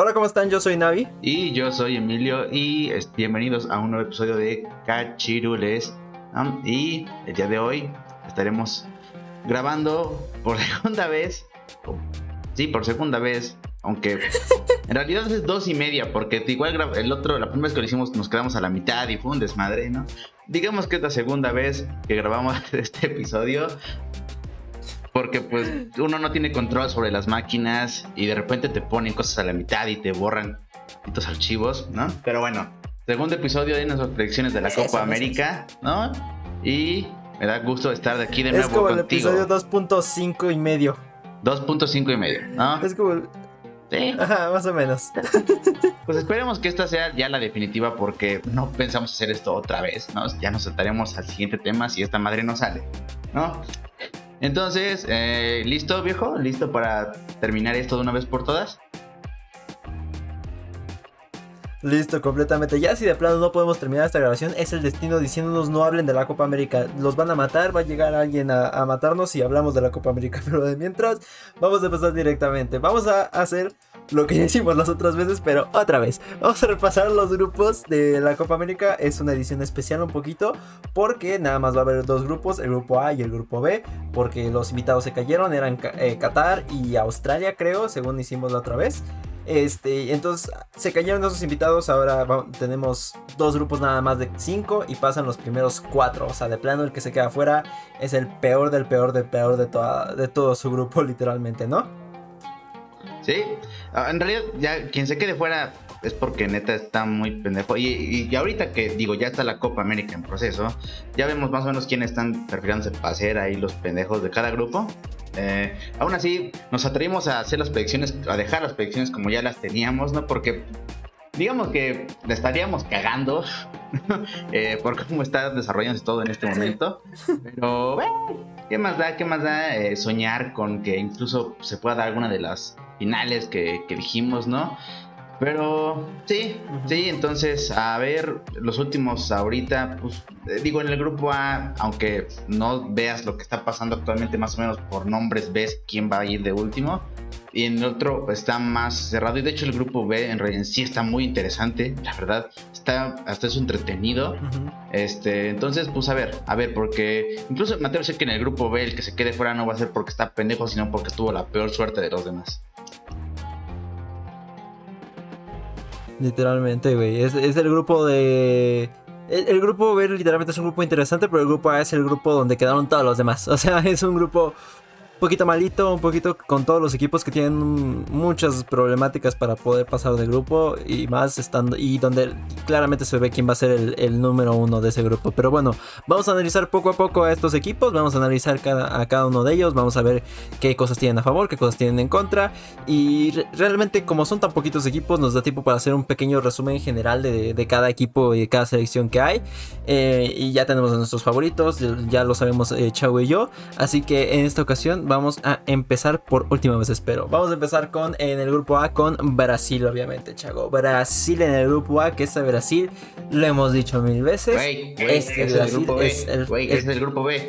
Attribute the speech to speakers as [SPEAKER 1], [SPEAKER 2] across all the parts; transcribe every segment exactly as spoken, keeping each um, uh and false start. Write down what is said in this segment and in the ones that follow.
[SPEAKER 1] Hola, ¿cómo están? Yo soy Navi.
[SPEAKER 2] Y yo soy Emilio y es, bienvenidos a un nuevo episodio de Cachirules. Um, y el día de hoy estaremos grabando por segunda vez. Sí, por segunda vez. Aunque en realidad es dos y media, porque igual el otro, la primera vez que lo hicimos nos quedamos a la mitad y fue un desmadre, ¿no? Digamos que es la segunda vez que grabamos este episodio. Porque pues uno no tiene control sobre las máquinas y de repente te ponen cosas a la mitad y te borran estos archivos, ¿no? Pero bueno, segundo episodio de nuestras predicciones de la
[SPEAKER 1] es
[SPEAKER 2] Copa
[SPEAKER 1] eso,
[SPEAKER 2] América, ¿no? Y me da gusto estar de aquí de nuevo
[SPEAKER 1] es como
[SPEAKER 2] contigo.
[SPEAKER 1] El episodio dos punto cinco y medio.
[SPEAKER 2] dos punto cinco y medio, ¿no?
[SPEAKER 1] Es como el...
[SPEAKER 2] Sí.
[SPEAKER 1] Ajá, más o menos.
[SPEAKER 2] Pues esperemos que esta sea ya la definitiva, porque no pensamos hacer esto otra vez, ¿no? Ya nos saltaremos al siguiente tema si esta madre no sale, ¿no? Entonces, eh, ¿listo, viejo? ¿Listo para terminar esto de una vez por todas?
[SPEAKER 1] Listo, completamente. Ya si de plano no podemos terminar esta grabación, es el destino diciéndonos no hablen de la Copa América. Los van a matar, va a llegar alguien a, a matarnos si hablamos de la Copa América. Pero de mientras, vamos a empezar directamente. Vamos a hacer lo que ya hicimos las otras veces, pero otra vez. Vamos a repasar los grupos de la Copa América. Es una edición especial un poquito, porque nada más va a haber dos grupos, el grupo A y el grupo B, porque los invitados se cayeron, eran eh, Qatar y Australia, creo, según hicimos la otra vez. Este, entonces se cayeron esos invitados. Ahora vamos, tenemos dos grupos nada más de cinco y pasan los primeros cuatro. O sea, de plano el que se queda afuera es el peor del peor del peor de, toda, de todo su grupo, literalmente, ¿no?
[SPEAKER 2] Sí, en realidad ya quien se quede fuera es porque neta está muy pendejo. Y, y, y ahorita que digo, ya está la Copa América en proceso, ya vemos más o menos quiénes están perfilándose para ser ahí los pendejos de cada grupo. Eh, aún así, nos atrevimos a hacer las predicciones, a dejar las predicciones como ya las teníamos, ¿no? Porque digamos que le estaríamos cagando eh, por cómo está desarrollándose todo en este momento. Pero, bueno, ¿qué más da? ¿Qué más da eh, soñar con que incluso se pueda dar alguna de las finales que, que dijimos, ¿no? Pero sí, uh-huh. sí, entonces a ver, los últimos ahorita, pues eh, digo, en el grupo A, aunque no veas lo que está pasando actualmente, más o menos por nombres ves quién va a ir de último. Y en el otro está más cerrado. Y de hecho el grupo B en realidad en sí está muy interesante, la verdad. Está hasta eso entretenido. Uh-huh. Este, entonces, pues a ver, a ver, porque incluso me atrevo a decir que en el grupo B el que se quede fuera no va a ser porque está pendejo, sino porque tuvo la peor suerte de los demás.
[SPEAKER 1] Literalmente, güey. Es, es el grupo de... El, el grupo B literalmente es un grupo interesante, pero el grupo A es el grupo donde quedaron todos los demás. O sea, es un grupo un poquito malito, un poquito con todos los equipos que tienen muchas problemáticas para poder pasar de grupo y más estando, y donde claramente se ve quién va a ser el, el número uno de ese grupo. Pero bueno, vamos a analizar poco a poco a estos equipos, vamos a analizar cada, a cada uno de ellos, vamos a ver qué cosas tienen a favor, qué cosas tienen en contra, y re- realmente como son tan poquitos equipos nos da tiempo para hacer un pequeño resumen general de, de cada equipo y de cada selección que hay. Eh, y ya tenemos a nuestros favoritos, ya lo sabemos eh, Chavo y yo, así que en esta ocasión vamos a empezar por última vez, espero. Vamos a empezar con en el grupo A con Brasil, obviamente, Chago. Brasil en el grupo A, que este Brasil lo hemos dicho mil veces.
[SPEAKER 2] Wey, wey, este es el grupo B. Es el, wey, el, es el grupo B.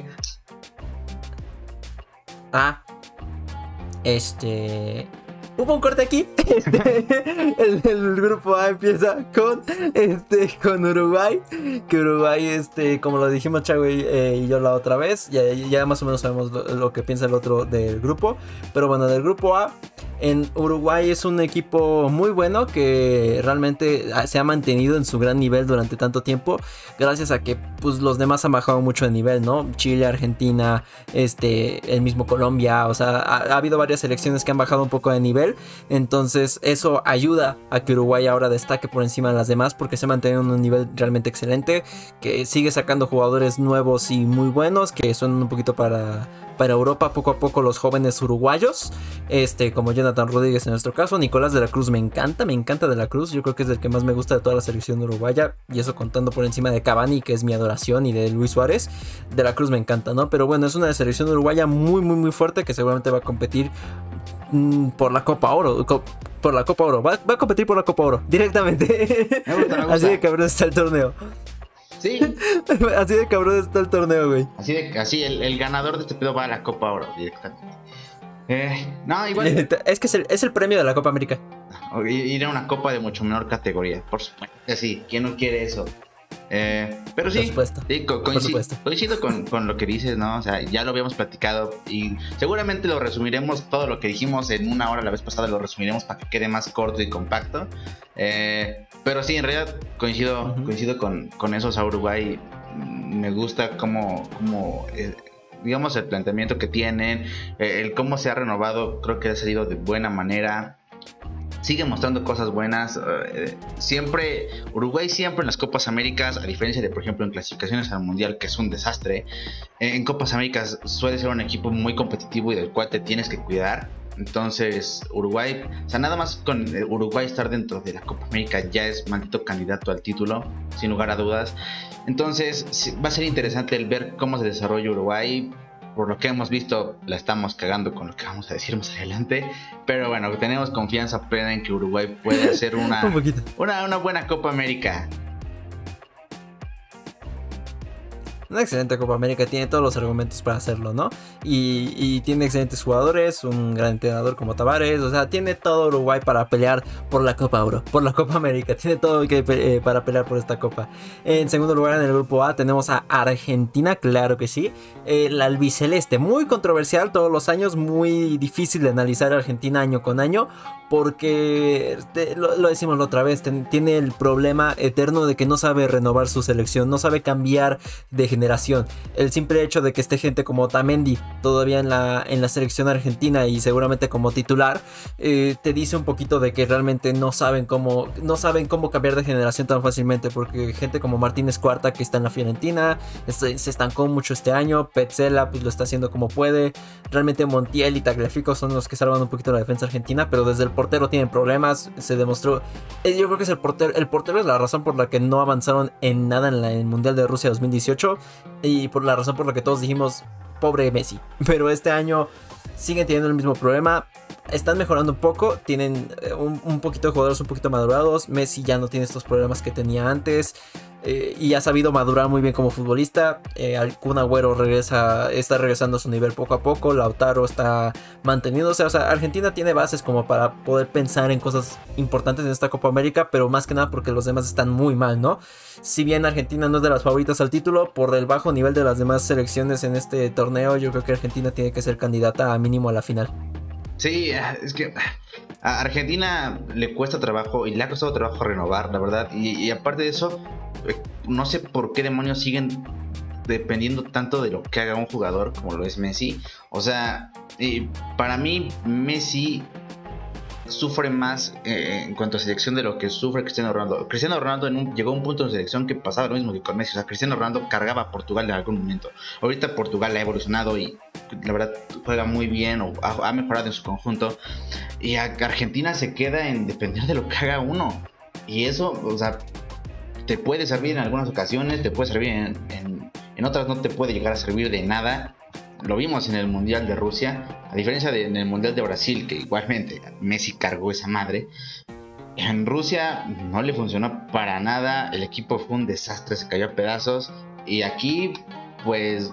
[SPEAKER 1] Ah, este... Hubo un corte aquí. Este, el, el grupo A empieza con este con Uruguay. Que Uruguay, este, como lo dijimos Chago y, eh, y yo la otra vez, ya, ya más o menos sabemos lo, lo que piensa el otro del grupo. Pero bueno, del grupo A, en Uruguay es un equipo muy bueno que realmente se ha mantenido en su gran nivel durante tanto tiempo, gracias a que pues los demás han bajado mucho de nivel, ¿no? Chile, Argentina, este, el mismo Colombia, o sea, ha, ha habido varias selecciones que han bajado un poco de nivel. Entonces eso ayuda a que Uruguay ahora destaque por encima de las demás, porque se ha mantenido en un nivel realmente excelente, que sigue sacando jugadores nuevos y muy buenos, que son un poquito para, para Europa poco a poco los jóvenes uruguayos, este, como Jonathan Rodríguez en nuestro caso. Nicolás de la Cruz me encanta, me encanta de la Cruz, yo creo que es el que más me gusta de toda la selección uruguaya, y eso contando por encima de Cavani, que es mi adoración, y de Luis Suárez. De la Cruz me encanta, ¿no? Pero bueno, es una selección uruguaya muy muy muy fuerte, que seguramente va a competir por la Copa Oro, por la Copa Oro, va, va a competir por la Copa Oro directamente.
[SPEAKER 2] Me gusta, me gusta.
[SPEAKER 1] Así de cabrón está el torneo.
[SPEAKER 2] Sí.
[SPEAKER 1] Así de cabrón está el torneo, güey.
[SPEAKER 2] Así de, así el, el ganador de este pedo va a la Copa Oro directamente. Eh, no, igual.
[SPEAKER 1] Es que es el, es el premio de la Copa América.
[SPEAKER 2] ir a una copa de mucho menor categoría, por supuesto. Sí, ¿quién no quiere eso? Eh, pero sí, sí co coincido, coincido con, con lo que dices, ¿no? O sea, ya lo habíamos platicado y seguramente lo resumiremos, todo lo que dijimos en una hora la vez pasada, lo resumiremos para que quede más corto y compacto. Eh, pero sí, en realidad coincido, uh-huh. coincido con, con esos a Uruguay. Me gusta cómo, cómo eh, digamos, el planteamiento que tienen, eh, el cómo se ha renovado, creo que ha salido de buena manera. Sigue mostrando cosas buenas. Eh, siempre, Uruguay siempre en las Copas Américas, a diferencia de, por ejemplo, en clasificaciones al Mundial, que es un desastre, eh, en Copas Américas suele ser un equipo muy competitivo y del cual te tienes que cuidar. Entonces, Uruguay, o sea, nada más con Uruguay estar dentro de la Copa América ya es maldito candidato al título, sin lugar a dudas. Entonces, va a ser interesante el ver cómo se desarrolla Uruguay. Por lo que hemos visto, la estamos cagando con lo que vamos a decir más adelante. Pero bueno, tenemos confianza plena en que Uruguay puede hacer una,
[SPEAKER 1] Un
[SPEAKER 2] una, una buena Copa América.
[SPEAKER 1] Una excelente Copa América, tiene todos los argumentos para hacerlo, ¿no? Y, y tiene excelentes jugadores, un gran entrenador como Tavares, o sea, tiene todo Uruguay para pelear por la Copa Euro, por la Copa América, tiene todo que, eh, para pelear por esta Copa. En segundo lugar, en el grupo A tenemos a Argentina, claro que sí, eh, la albiceleste, muy controversial todos los años, muy difícil de analizar a Argentina año con año, porque te, lo, lo decimos la otra vez, ten, tiene el problema eterno de que no sabe renovar su selección, no sabe cambiar de generación. El simple hecho de que esté gente como Otamendi todavía en la, en la selección argentina y seguramente como titular, eh, te dice un poquito de que realmente no saben cómo no saben cómo cambiar de generación tan fácilmente, porque gente como Martínez Cuarta, que está en la Fiorentina, se, se estancó mucho este año. Petzela pues lo está haciendo como puede. Realmente Montiel y Tagliafico son los que salvan un poquito la defensa argentina, pero desde el portero tienen problemas, se demostró. Yo creo que es el portero, el portero es la razón por la que no avanzaron en nada en, la, en el Mundial de Rusia dos mil dieciocho y por la razón por la que todos dijimos pobre Messi, pero este año siguen teniendo el mismo problema. Están mejorando un poco, tienen un, un poquito de jugadores un poquito madurados. Messi ya no tiene estos problemas que tenía antes, eh, y ha sabido madurar muy bien como futbolista. eh, Kun Agüero regresa, está regresando a su nivel poco a poco. Lautaro está manteniéndose, o sea, Argentina tiene bases como para poder pensar en cosas importantes en esta Copa América, pero más que nada porque los demás están muy mal, ¿no? Si bien Argentina no es de las favoritas al título, por el bajo nivel de las demás selecciones en este torneo, yo creo que Argentina tiene que ser candidata a mínimo a la final.
[SPEAKER 2] Sí, es que a Argentina le cuesta trabajo y le ha costado trabajo renovar, la verdad. Y, y aparte de eso, no sé por qué demonios siguen dependiendo tanto de lo que haga un jugador como lo es Messi. O sea, eh, para mí Messi sufre más eh, en cuanto a selección de lo que sufre Cristiano Ronaldo. Cristiano Ronaldo en un, llegó a un punto de selección que pasaba lo mismo que con Messi. O sea, Cristiano Ronaldo cargaba a Portugal en algún momento. Ahorita Portugal ha evolucionado y la verdad juega muy bien o ha, ha mejorado en su conjunto. Y Argentina se queda en depender de lo que haga uno. Y eso, o sea, te puede servir en algunas ocasiones, te puede servir en, en, en otras no te puede llegar a servir de nada. Lo vimos en el Mundial de Rusia, a diferencia de en el Mundial de Brasil, que igualmente Messi cargó esa madre. En Rusia no le funcionó para nada, el equipo fue un desastre, se cayó a pedazos. Y aquí, pues,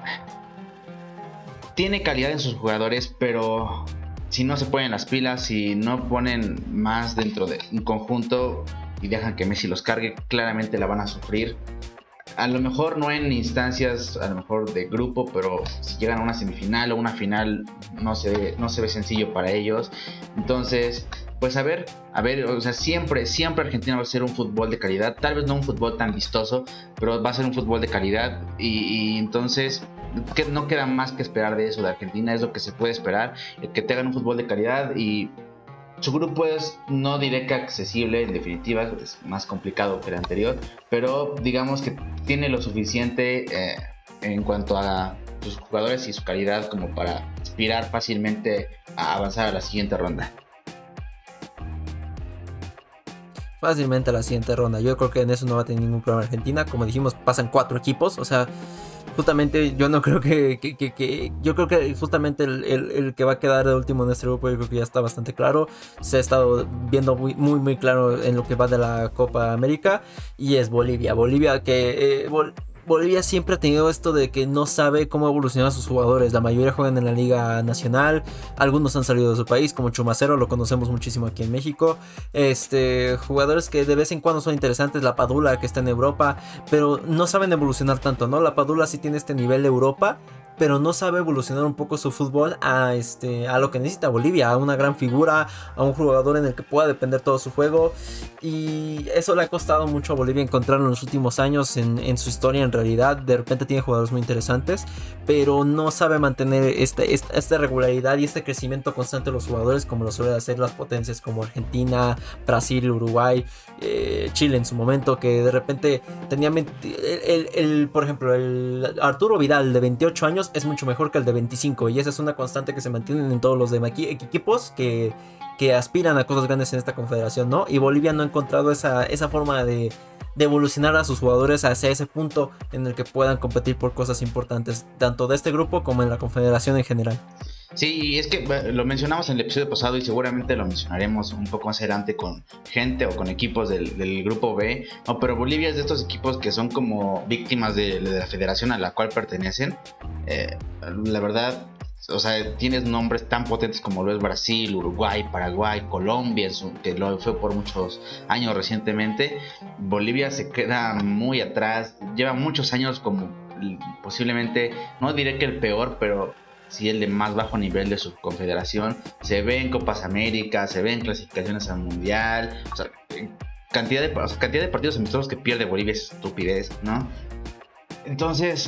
[SPEAKER 2] tiene calidad en sus jugadores, pero si no se ponen las pilas, si no ponen más dentro de un conjunto y dejan que Messi los cargue, claramente la van a sufrir. A lo mejor no en instancias, a lo mejor de grupo, pero si llegan a una semifinal o una final, no se ve, no se ve sencillo para ellos. Entonces, pues a ver, a ver, o sea, siempre, siempre Argentina va a ser un fútbol de calidad. Tal vez no un fútbol tan vistoso, pero va a ser un fútbol de calidad. Y, y entonces, que no queda más que esperar de eso de Argentina, es lo que se puede esperar, que tengan un fútbol de calidad. Y su grupo es, no diré que accesible, en definitiva es más complicado que el anterior, pero digamos que tiene lo suficiente eh, en cuanto a sus jugadores y su calidad como para aspirar fácilmente a avanzar a la siguiente ronda.
[SPEAKER 1] Fácilmente a la siguiente ronda, yo creo que en eso no va a tener ningún problema Argentina. Como dijimos, pasan cuatro equipos, o sea, justamente yo no creo que, que, que, que yo creo que justamente el, el, el que va a quedar de último en este grupo, yo creo que ya está bastante claro. Se ha estado viendo muy muy muy claro en lo que va de la Copa América, y es Bolivia. Bolivia que eh, Bol Bolivia siempre ha tenido esto de que no sabe cómo evolucionar a sus jugadores. La mayoría juegan en la Liga Nacional, algunos han salido de su país, como Chumacero, lo conocemos muchísimo aquí en México. Este, jugadores que de vez en cuando son interesantes, la Padula que está en Europa, pero no saben evolucionar tanto, ¿no? La Padula sí tiene este nivel de Europa, pero no sabe evolucionar un poco su fútbol a, este, a lo que necesita Bolivia, a una gran figura, a un jugador en el que pueda depender todo su juego. Y eso le ha costado mucho a Bolivia encontrar en los últimos años en, en su historia. En realidad, de repente tiene jugadores muy interesantes, pero no sabe mantener este, esta, esta regularidad y este crecimiento constante de los jugadores como lo suelen hacer las potencias como Argentina, Brasil, Uruguay, eh, Chile en su momento, que de repente tenía el, el, el, por ejemplo, el Arturo Vidal de veintiocho años es mucho mejor que el de veinticinco, y esa es una constante que se mantiene en todos los demás equipos que, que aspiran a cosas grandes en esta confederación, ¿no? Y Bolivia no ha encontrado esa, esa forma de, de evolucionar a sus jugadores hacia ese punto en el que puedan competir por cosas importantes, tanto de este grupo como en la confederación en general.
[SPEAKER 2] Sí, es que lo mencionamos en el episodio pasado y seguramente lo mencionaremos un poco más adelante con gente o con equipos del, del grupo B, no, pero Bolivia es de estos equipos que son como víctimas de, de la federación a la cual pertenecen. Eh, la verdad, o sea, tienes nombres tan potentes como lo es Brasil, Uruguay, Paraguay, Colombia, que lo fue por muchos años recientemente. Bolivia se queda muy atrás, lleva muchos años como posiblemente, no diré que el peor, pero sí el de más bajo nivel de su confederación. Se ve en Copas América, se ve en clasificaciones al Mundial, o sea, cantidad de, o sea, cantidad de partidos amistosos que pierde Bolivia es estupidez, ¿no? Entonces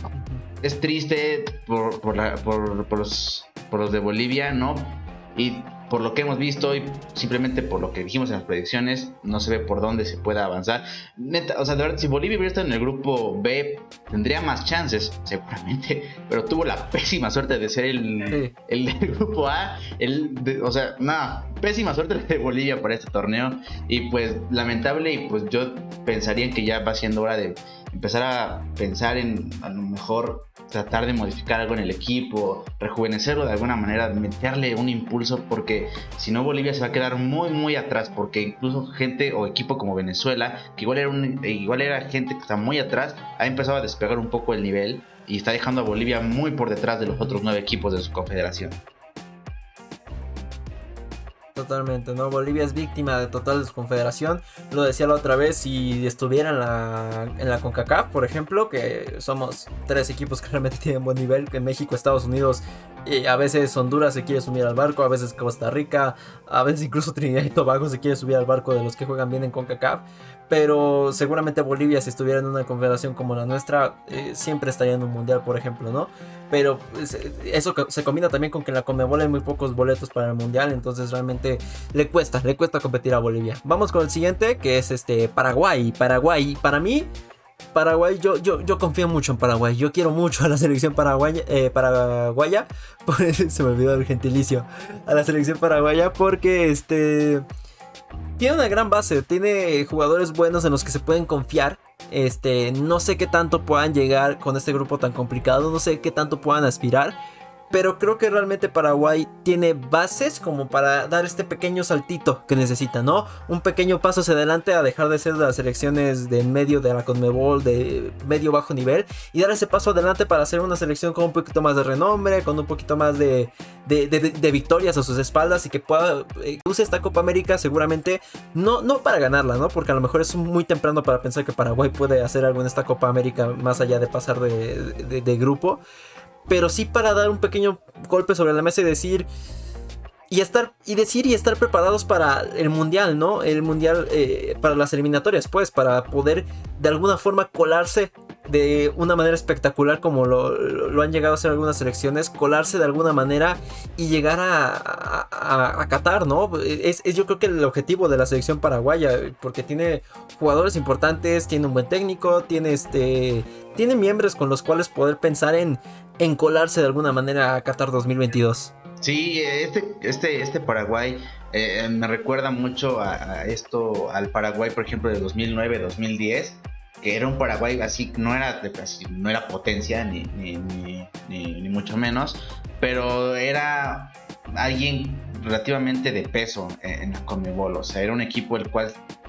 [SPEAKER 2] es triste por, por, la, por, por, los, por los de Bolivia, ¿no? Y por lo que hemos visto y simplemente por lo que dijimos en las predicciones, no se ve por dónde se pueda avanzar. Neta, o sea, de verdad, si Bolivia hubiera estado en el grupo B, tendría más chances, seguramente, pero tuvo la pésima suerte de ser el, sí. el del grupo A. El de, o sea, nada, pésima suerte de Bolivia para este torneo. Y pues, lamentable, y pues yo pensaría que ya va siendo hora de empezar a pensar en a lo mejor tratar de modificar algo en el equipo, rejuvenecerlo de alguna manera, meterle un impulso, porque si no Bolivia se va a quedar muy muy atrás, porque incluso gente o equipo como Venezuela, que igual era, un, igual era gente que está muy atrás, ha empezado a despegar un poco el nivel y está dejando a Bolivia muy por detrás de los otros nueve equipos de su confederación.
[SPEAKER 1] Totalmente, ¿no? Bolivia es víctima de total desconfederación. Lo decía la otra vez, si estuviera en la, en la CONCACAF, por ejemplo, que somos tres equipos que realmente tienen buen nivel, que México, Estados Unidos, y a veces Honduras se quiere subir al barco, a veces Costa Rica, a veces incluso Trinidad y Tobago se quiere subir al barco de los que juegan bien en CONCACAF. Pero seguramente Bolivia, si estuviera en una confederación como la nuestra, eh, siempre estaría en un mundial, por ejemplo, ¿no? Pero pues, eso se combina también con que en la Conmebol hay muy pocos boletos para el mundial, entonces realmente le cuesta, le cuesta competir a Bolivia. Vamos con el siguiente, que es este Paraguay. Paraguay, para mí, Paraguay, yo, yo, yo confío mucho en Paraguay. Yo quiero mucho a la selección paraguaya, eh, paraguaya. Se me olvidó el gentilicio. A la selección paraguaya porque este... tiene una gran base, tiene jugadores buenos en los que se pueden confiar. Este, no sé qué tanto puedan llegar con este grupo tan complicado, no sé qué tanto puedan aspirar, pero creo que realmente Paraguay tiene bases como para dar este pequeño saltito que necesita, ¿no? Un pequeño paso hacia adelante a dejar de ser de las selecciones de medio de la Conmebol, de medio bajo nivel, y dar ese paso adelante para ser una selección con un poquito más de renombre, con un poquito más de, de, de, de victorias a sus espaldas, y que pueda eh, use esta Copa América seguramente, no, no para ganarla, ¿no? Porque a lo mejor es muy temprano para pensar que Paraguay puede hacer algo en esta Copa América más allá de pasar de, de, de grupo, pero sí para dar un pequeño golpe sobre la mesa y decir y estar y decir y estar preparados para el mundial, ¿no? El mundial, eh, para las eliminatorias, pues, para poder de alguna forma colarse de una manera espectacular como lo, lo han llegado a hacer algunas selecciones, colarse de alguna manera y llegar a, a, a, a Qatar, ¿no? Es, es yo creo que el objetivo de la selección paraguaya, porque tiene jugadores importantes, tiene un buen técnico, tiene este tiene miembros con los cuales poder pensar en, en colarse de alguna manera a Qatar dos mil veintidós.
[SPEAKER 2] Sí, este, este, este Paraguay eh, me recuerda mucho a, a esto, al Paraguay, por ejemplo, de dos mil nueve, dos mil diez, que era un Paraguay así, no era, así, no era potencia, ni, ni, ni, ni, ni mucho menos, pero era alguien relativamente de peso en, en la Conmebol. O sea, era un equipo el cual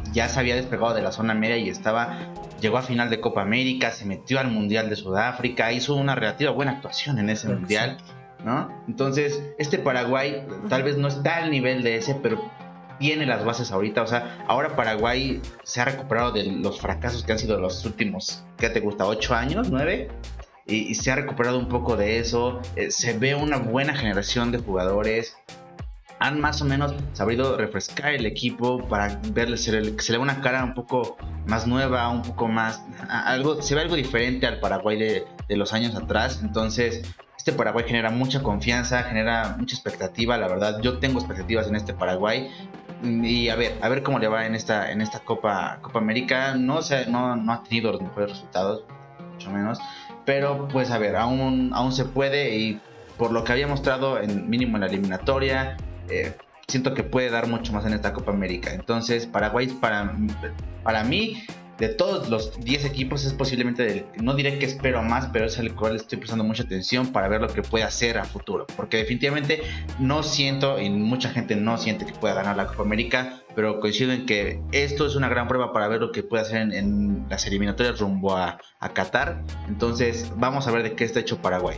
[SPEAKER 2] ya se había despegado de la zona media y estaba, llegó a final de Copa América, se metió al Mundial de Sudáfrica, hizo una relativa buena actuación en ese Mundial, ¿no? Entonces, este Paraguay tal vez no está al nivel de ese, pero tiene las bases ahorita. O sea, ahora Paraguay se ha recuperado de los fracasos que han sido los últimos, ¿qué te gusta? ¿ocho años? ¿nueve? Y, y se ha recuperado un poco de eso. Eh, se ve una buena generación de jugadores. Han más o menos sabido refrescar el equipo para verle, se le, se le ve una cara un poco más nueva, un poco más, algo, se ve algo diferente al Paraguay de, de los años atrás. Entonces, este Paraguay genera mucha confianza, genera mucha expectativa. La verdad, yo tengo expectativas en este Paraguay. Y a ver, a ver cómo le va en esta, en esta Copa, Copa América. No, o sea, no, no ha tenido los mejores resultados, mucho menos. Pero pues a ver, aún, aún se puede. Y por lo que había mostrado, en, mínimo en la eliminatoria, eh, siento que puede dar mucho más en esta Copa América. Entonces Paraguay, para, para mí, de todos los diez equipos, es posiblemente del, no diré que espero más, pero es el cual estoy prestando mucha atención para ver lo que puede hacer a futuro, porque definitivamente no siento, y mucha gente no siente que pueda ganar la Copa América, pero coincido en que esto es una gran prueba para ver lo que puede hacer en, en las eliminatorias rumbo a, a Qatar. Entonces vamos a ver de qué está hecho Paraguay.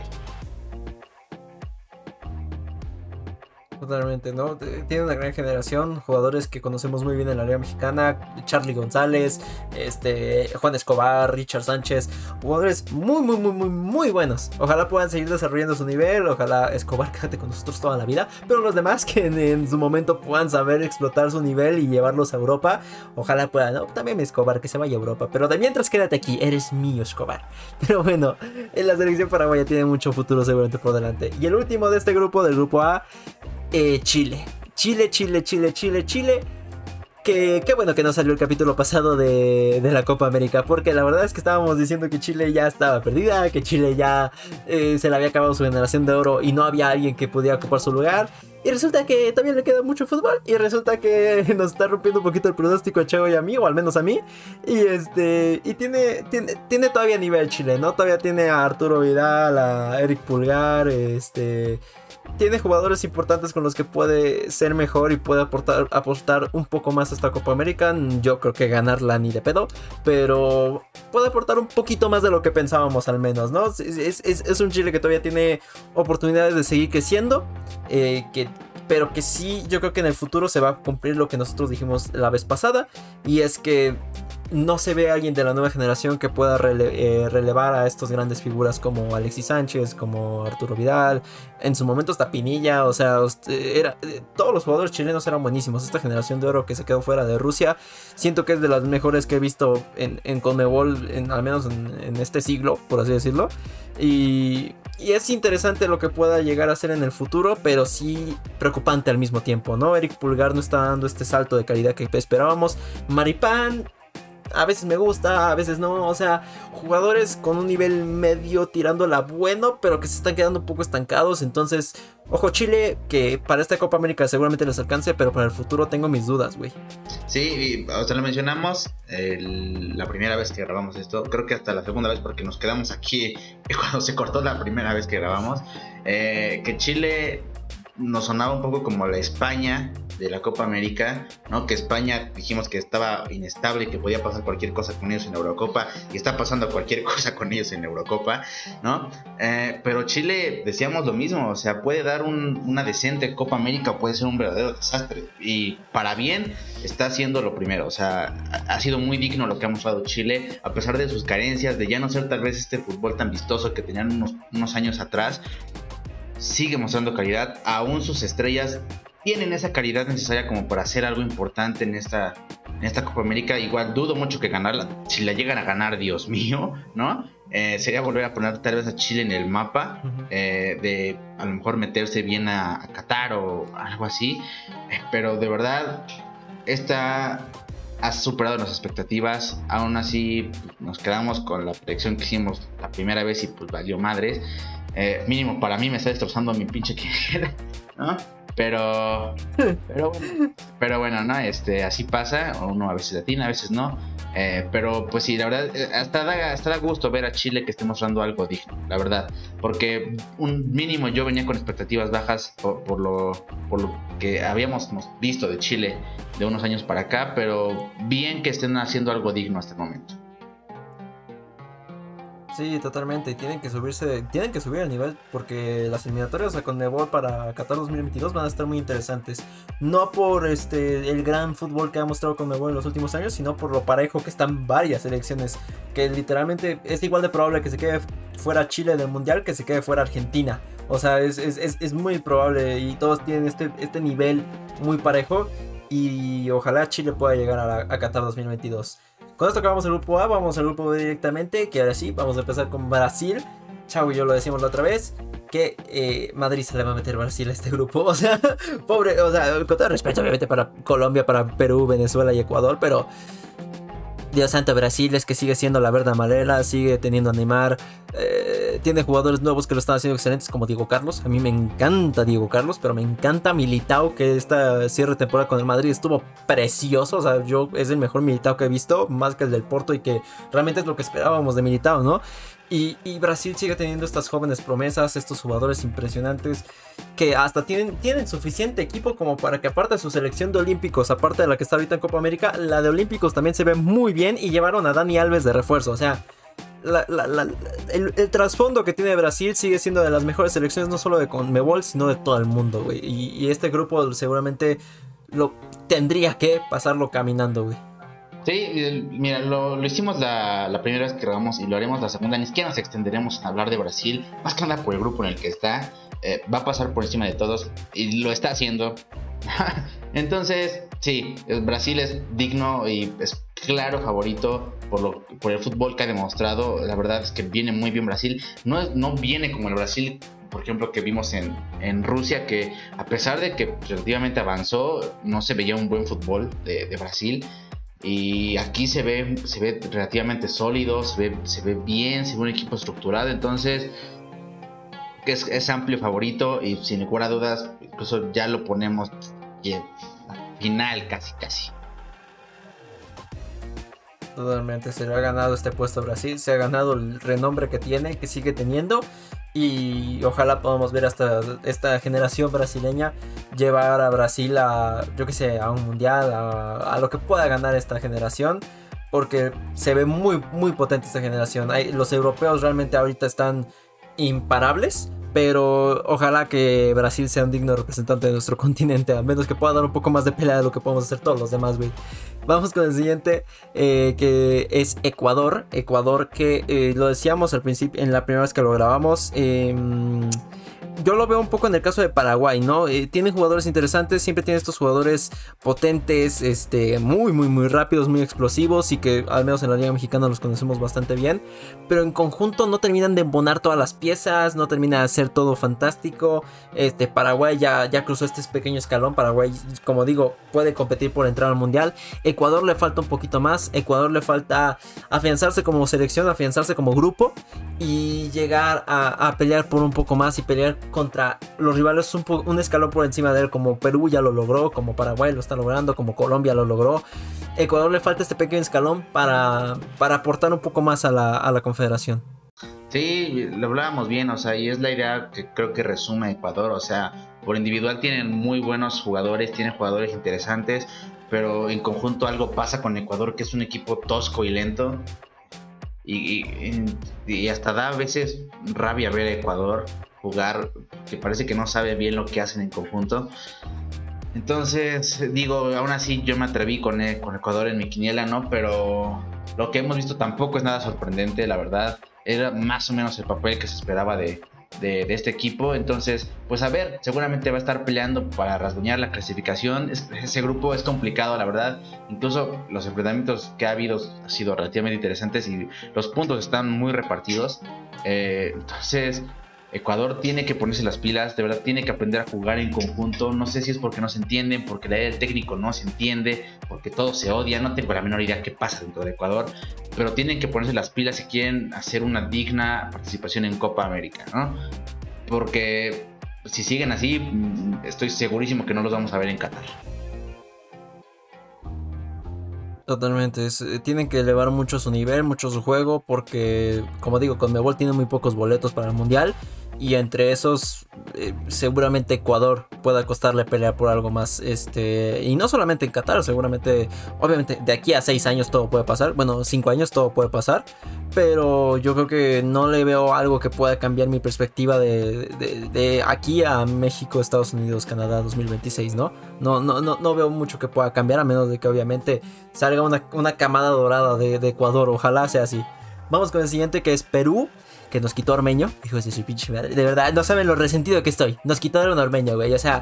[SPEAKER 1] Totalmente, ¿no? Tiene una gran generación, jugadores que conocemos muy bien en la Liga Mexicana, Charly González, este, Juan Escobar, Richard Sánchez, jugadores muy, muy, muy, muy, muy buenos. Ojalá puedan seguir desarrollando su nivel, ojalá Escobar quédate con nosotros toda la vida, pero los demás que en, en su momento puedan saber explotar su nivel y llevarlos a Europa, ojalá puedan, ¿no? También Escobar, que se vaya a Europa, pero de mientras quédate aquí, eres mío, Escobar. Pero bueno, en la selección paraguaya tiene mucho futuro seguramente por delante. Y el último de este grupo, del grupo A, Eh, Chile, Chile, Chile, Chile, Chile, Chile. Que qué bueno que no salió el capítulo pasado de, de la Copa América, porque la verdad es que estábamos diciendo que Chile ya estaba perdida, que Chile ya eh, se le había acabado su generación de oro y no había alguien que pudiera ocupar su lugar. Y resulta que también le queda mucho fútbol. Y resulta que nos está rompiendo un poquito el pronóstico a Cheo y a mí, o al menos a mí. Y este y tiene, tiene, tiene todavía nivel Chile, ¿no? Todavía tiene a Arturo Vidal, a Eric Pulgar, este... tiene jugadores importantes con los que puede ser mejor y puede aportar, apostar un poco más a esta Copa América. Yo creo que ganarla ni de pedo, pero puede aportar un poquito más de lo que pensábamos al menos, ¿no? Es, es, es un Chile que todavía tiene oportunidades de seguir creciendo, eh, que, pero que sí, yo creo que en el futuro se va a cumplir lo que nosotros dijimos la vez pasada, y es que no se ve a alguien de la nueva generación que pueda rele eh, relevar a estas grandes figuras como Alexis Sánchez, como Arturo Vidal, en su momento hasta Pinilla. O sea, era, eh, todos los jugadores chilenos eran buenísimos. Esta generación de oro que se quedó fuera de Rusia, siento que es de las mejores que he visto en, en Conmebol, en, al menos en, en este siglo, por así decirlo. Y, y es interesante lo que pueda llegar a ser en el futuro, pero sí preocupante al mismo tiempo, ¿no? Eric Pulgar no está dando este salto de calidad que esperábamos. Maripán a veces me gusta, a veces no. O sea, jugadores con un nivel medio tirándola bueno, pero que se están quedando un poco estancados. Entonces, ojo Chile, que para esta Copa América seguramente les alcance, pero para el futuro tengo mis dudas, güey.
[SPEAKER 2] Sí, o sea, lo mencionamos el, la primera vez que grabamos esto. Creo que hasta la segunda vez, porque nos quedamos aquí cuando se cortó la primera vez que grabamos. eh, Que Chile nos sonaba un poco como la España de la Copa América, ¿no? Que España dijimos que estaba inestable y que podía pasar cualquier cosa con ellos en la Eurocopa, y está pasando cualquier cosa con ellos en la Eurocopa, ¿no? Eh, pero Chile, decíamos lo mismo, o sea, puede dar un, una decente Copa América o puede ser un verdadero desastre, y para bien está haciendo lo primero. O sea, ha, ha sido muy digno lo que ha mostrado Chile, a pesar de sus carencias, de ya no ser tal vez este fútbol tan vistoso que tenían unos, unos años atrás. Sigue mostrando calidad, aún sus estrellas tienen esa calidad necesaria como para hacer algo importante en esta, en esta Copa América. Igual dudo mucho que ganarla, si la llegan a ganar, Dios mío, ¿no? Eh, sería volver a poner tal vez a Chile en el mapa, uh-huh. eh, de a lo mejor meterse bien a, a Qatar o algo así, eh, pero de verdad esta ha superado las expectativas. Aún así nos quedamos con la predicción que hicimos la primera vez y pues valió madres. Eh, mínimo para mí me está destrozando mi pinche quiniela, ¿no? Pero, pero bueno, pero bueno, ¿no? Este, así pasa, uno a veces atina, a veces no. Eh, pero pues sí, la verdad, hasta da, hasta da gusto ver a Chile que esté mostrando algo digno, la verdad. Porque un mínimo yo venía con expectativas bajas por, por, lo, por lo que habíamos visto de Chile de unos años para acá, pero bien que estén haciendo algo digno hasta el momento.
[SPEAKER 1] Sí, totalmente. Y tienen que subirse, tienen que subir el nivel porque las eliminatorias a Conmebol para Qatar dos mil veintidós van a estar muy interesantes. No por este el gran fútbol que ha mostrado Conmebol en los últimos años, sino por lo parejo que están varias selecciones. Que literalmente es igual de probable que se quede fuera Chile del Mundial que se quede fuera Argentina. O sea, es, es, es, es muy probable y todos tienen este, este nivel muy parejo. Y ojalá Chile pueda llegar a, la, a Qatar dos mil veintidós. Con esto acabamos el grupo A, vamos al grupo B directamente, que ahora sí, vamos a empezar con Brasil. Chau y yo lo decimos la otra vez, que eh, Madrid se le va a meter Brasil a este grupo. O sea, pobre, o sea, con todo respeto obviamente para Colombia, para Perú, Venezuela y Ecuador, pero Dios santo, Brasil es que sigue siendo la verde amarela, sigue teniendo a Neymar, eh, tiene jugadores nuevos que lo están haciendo excelentes como Diego Carlos. A mí me encanta Diego Carlos, pero me encanta Militao, que esta cierre de temporada con el Madrid estuvo precioso. O sea, yo es el mejor Militao que he visto, más que el del Porto, y que realmente es lo que esperábamos de Militao, ¿no? Y, y Brasil sigue teniendo estas jóvenes promesas, estos jugadores impresionantes que hasta tienen, tienen suficiente equipo como para que aparte de su selección de olímpicos, aparte de la que está ahorita en Copa América, la de olímpicos también se ve muy bien y llevaron a Dani Alves de refuerzo. O sea, la, la, la, el, el trasfondo que tiene Brasil sigue siendo de las mejores selecciones no solo de Conmebol, sino de todo el mundo, güey. Y, y este grupo seguramente lo tendría que pasarlo caminando, güey.
[SPEAKER 2] Sí, mira, lo, lo hicimos la, la primera vez que grabamos y lo haremos la segunda. Ni siquiera nos extenderemos a hablar de Brasil, más que nada por el grupo en el que está. Eh, va a pasar por encima de todos y lo está haciendo. Entonces, sí, Brasil es digno y es claro favorito por, lo, por el fútbol que ha demostrado. La verdad es que viene muy bien Brasil. No, es, no viene como el Brasil, por ejemplo, que vimos en, en Rusia, que a pesar de que relativamente avanzó, no se veía un buen fútbol de, de Brasil. Y aquí se ve, se ve relativamente sólido, se ve, se ve bien, se ve un equipo estructurado. Entonces es, es amplio favorito y sin lugar a dudas, incluso ya lo ponemos yeah, final casi casi.
[SPEAKER 1] Totalmente, se le ha ganado este puesto a Brasil, se ha ganado el renombre que tiene, que sigue teniendo. Y ojalá podamos ver hasta esta generación brasileña llevar a Brasil a, yo que sé, a un mundial, a, a lo que pueda ganar esta generación. Porque se ve muy, muy potente esta generación. Hay, los europeos realmente ahorita están imparables. Pero ojalá que Brasil sea un digno representante de nuestro continente. Al menos que pueda dar un poco más de pelea de lo que podemos hacer todos los demás, güey. Vamos con el siguiente, eh, que es Ecuador. Ecuador que eh, lo decíamos al principio, en la primera vez que lo grabamos. Eh, yo lo veo un poco en el caso de Paraguay, ¿no? Eh, tienen jugadores interesantes, siempre tienen estos jugadores potentes, este, muy, muy, muy rápidos, muy explosivos y que al menos en la Liga Mexicana los conocemos bastante bien. Pero en conjunto no terminan de embonar todas las piezas, no termina de hacer todo fantástico. Este, Paraguay ya, ya cruzó este pequeño escalón. Paraguay, como digo, puede competir por entrar al Mundial. Ecuador le falta un poquito más. Ecuador le falta afianzarse como selección, afianzarse como grupo y llegar a, a pelear por un poco más y pelear contra los rivales un, po- un escalón por encima de él, como Perú ya lo logró, como Paraguay lo está logrando, como Colombia lo logró. Ecuador le falta este pequeño escalón para, para aportar un poco más a la, a la confederación.
[SPEAKER 2] Sí, lo hablábamos bien, o sea, y es la idea que creo que resume Ecuador. O sea, por individual tienen muy buenos jugadores, tienen jugadores interesantes, pero en conjunto algo pasa con Ecuador, que es un equipo tosco y lento. Y, y, y hasta da a veces rabia ver a Ecuador jugar, que parece que no sabe bien lo que hacen en conjunto. Entonces, digo, aún así yo me atreví con, el, con Ecuador en mi quiniela, ¿no? Pero lo que hemos visto tampoco es nada sorprendente, la verdad. Era más o menos el papel que se esperaba de, de, de este equipo. Entonces, pues a ver, seguramente va a estar peleando para rasguñar la clasificación. Es, ese grupo es complicado, la verdad. Incluso los enfrentamientos que ha habido han sido relativamente interesantes y los puntos están muy repartidos. Eh, entonces, Ecuador tiene que ponerse las pilas, de verdad tiene que aprender a jugar en conjunto. No sé si es porque no se entienden, porque la idea del técnico no se entiende, porque todo se odia. No tengo la menor idea qué pasa dentro de Ecuador, pero tienen que ponerse las pilas si quieren hacer una digna participación en Copa América, ¿no? Porque si siguen así, estoy segurísimo que no los vamos a ver en Qatar.
[SPEAKER 1] Totalmente, es, tienen que elevar mucho su nivel, mucho su juego, porque como digo, Conmebol tiene muy pocos boletos para el Mundial y entre esos eh, seguramente Ecuador pueda costarle pelear por algo más, este, y no solamente en Qatar, seguramente, obviamente de aquí a seis años todo puede pasar, bueno, cinco años todo puede pasar, pero yo creo que no le veo algo que pueda cambiar mi perspectiva de, de, de aquí a México, Estados Unidos, Canadá dos mil veintiséis, ¿no? No, no, no, no veo mucho que pueda cambiar, a menos de que obviamente salga una, una camada dorada de, de Ecuador, ojalá sea así. Vamos con el siguiente, que es Perú, que nos quitó a Ormeño. Hijos de su pinche madre, de verdad, no saben lo resentido que estoy. Nos quitaron a Ormeño, güey, o sea...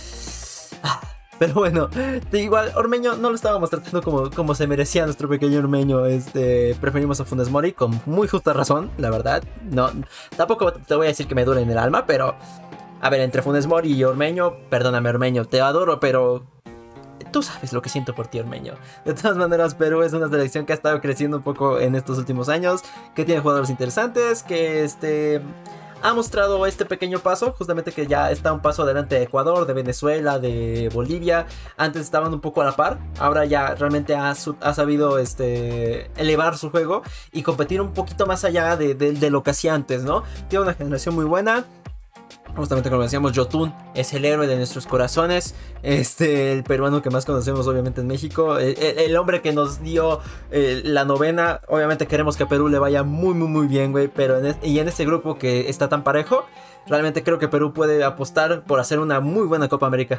[SPEAKER 1] Pero bueno, de igual, Ormeño no lo estábamos tratando como, como se merecía nuestro pequeño Ormeño. Este, preferimos a Funes Mori con muy justa razón, la verdad. No, tampoco te voy a decir que me duele en el alma, pero... A ver, entre Funes Mori y Ormeño, perdóname Ormeño, te adoro, pero... Tú sabes lo que siento por ti, Ormeño. De todas maneras, Perú es una selección que ha estado creciendo un poco en estos últimos años, que tiene jugadores interesantes, que este... ha mostrado este pequeño paso, justamente que ya está un paso adelante de Ecuador, de Venezuela, de Bolivia. Antes estaban un poco a la par, ahora ya realmente ha, ha sabido este, elevar su juego y competir un poquito más allá de, de, de lo que hacía antes, ¿no? Tiene una generación muy buena. Justamente como decíamos, Yotun es el héroe de nuestros corazones. Este, el peruano que más conocemos obviamente en México. El, el, el hombre que nos dio eh, la novena. Obviamente queremos que a Perú le vaya muy muy muy bien, güey. Pero en es, y en este grupo que está tan parejo, realmente creo que Perú puede apostar por hacer una muy buena Copa América.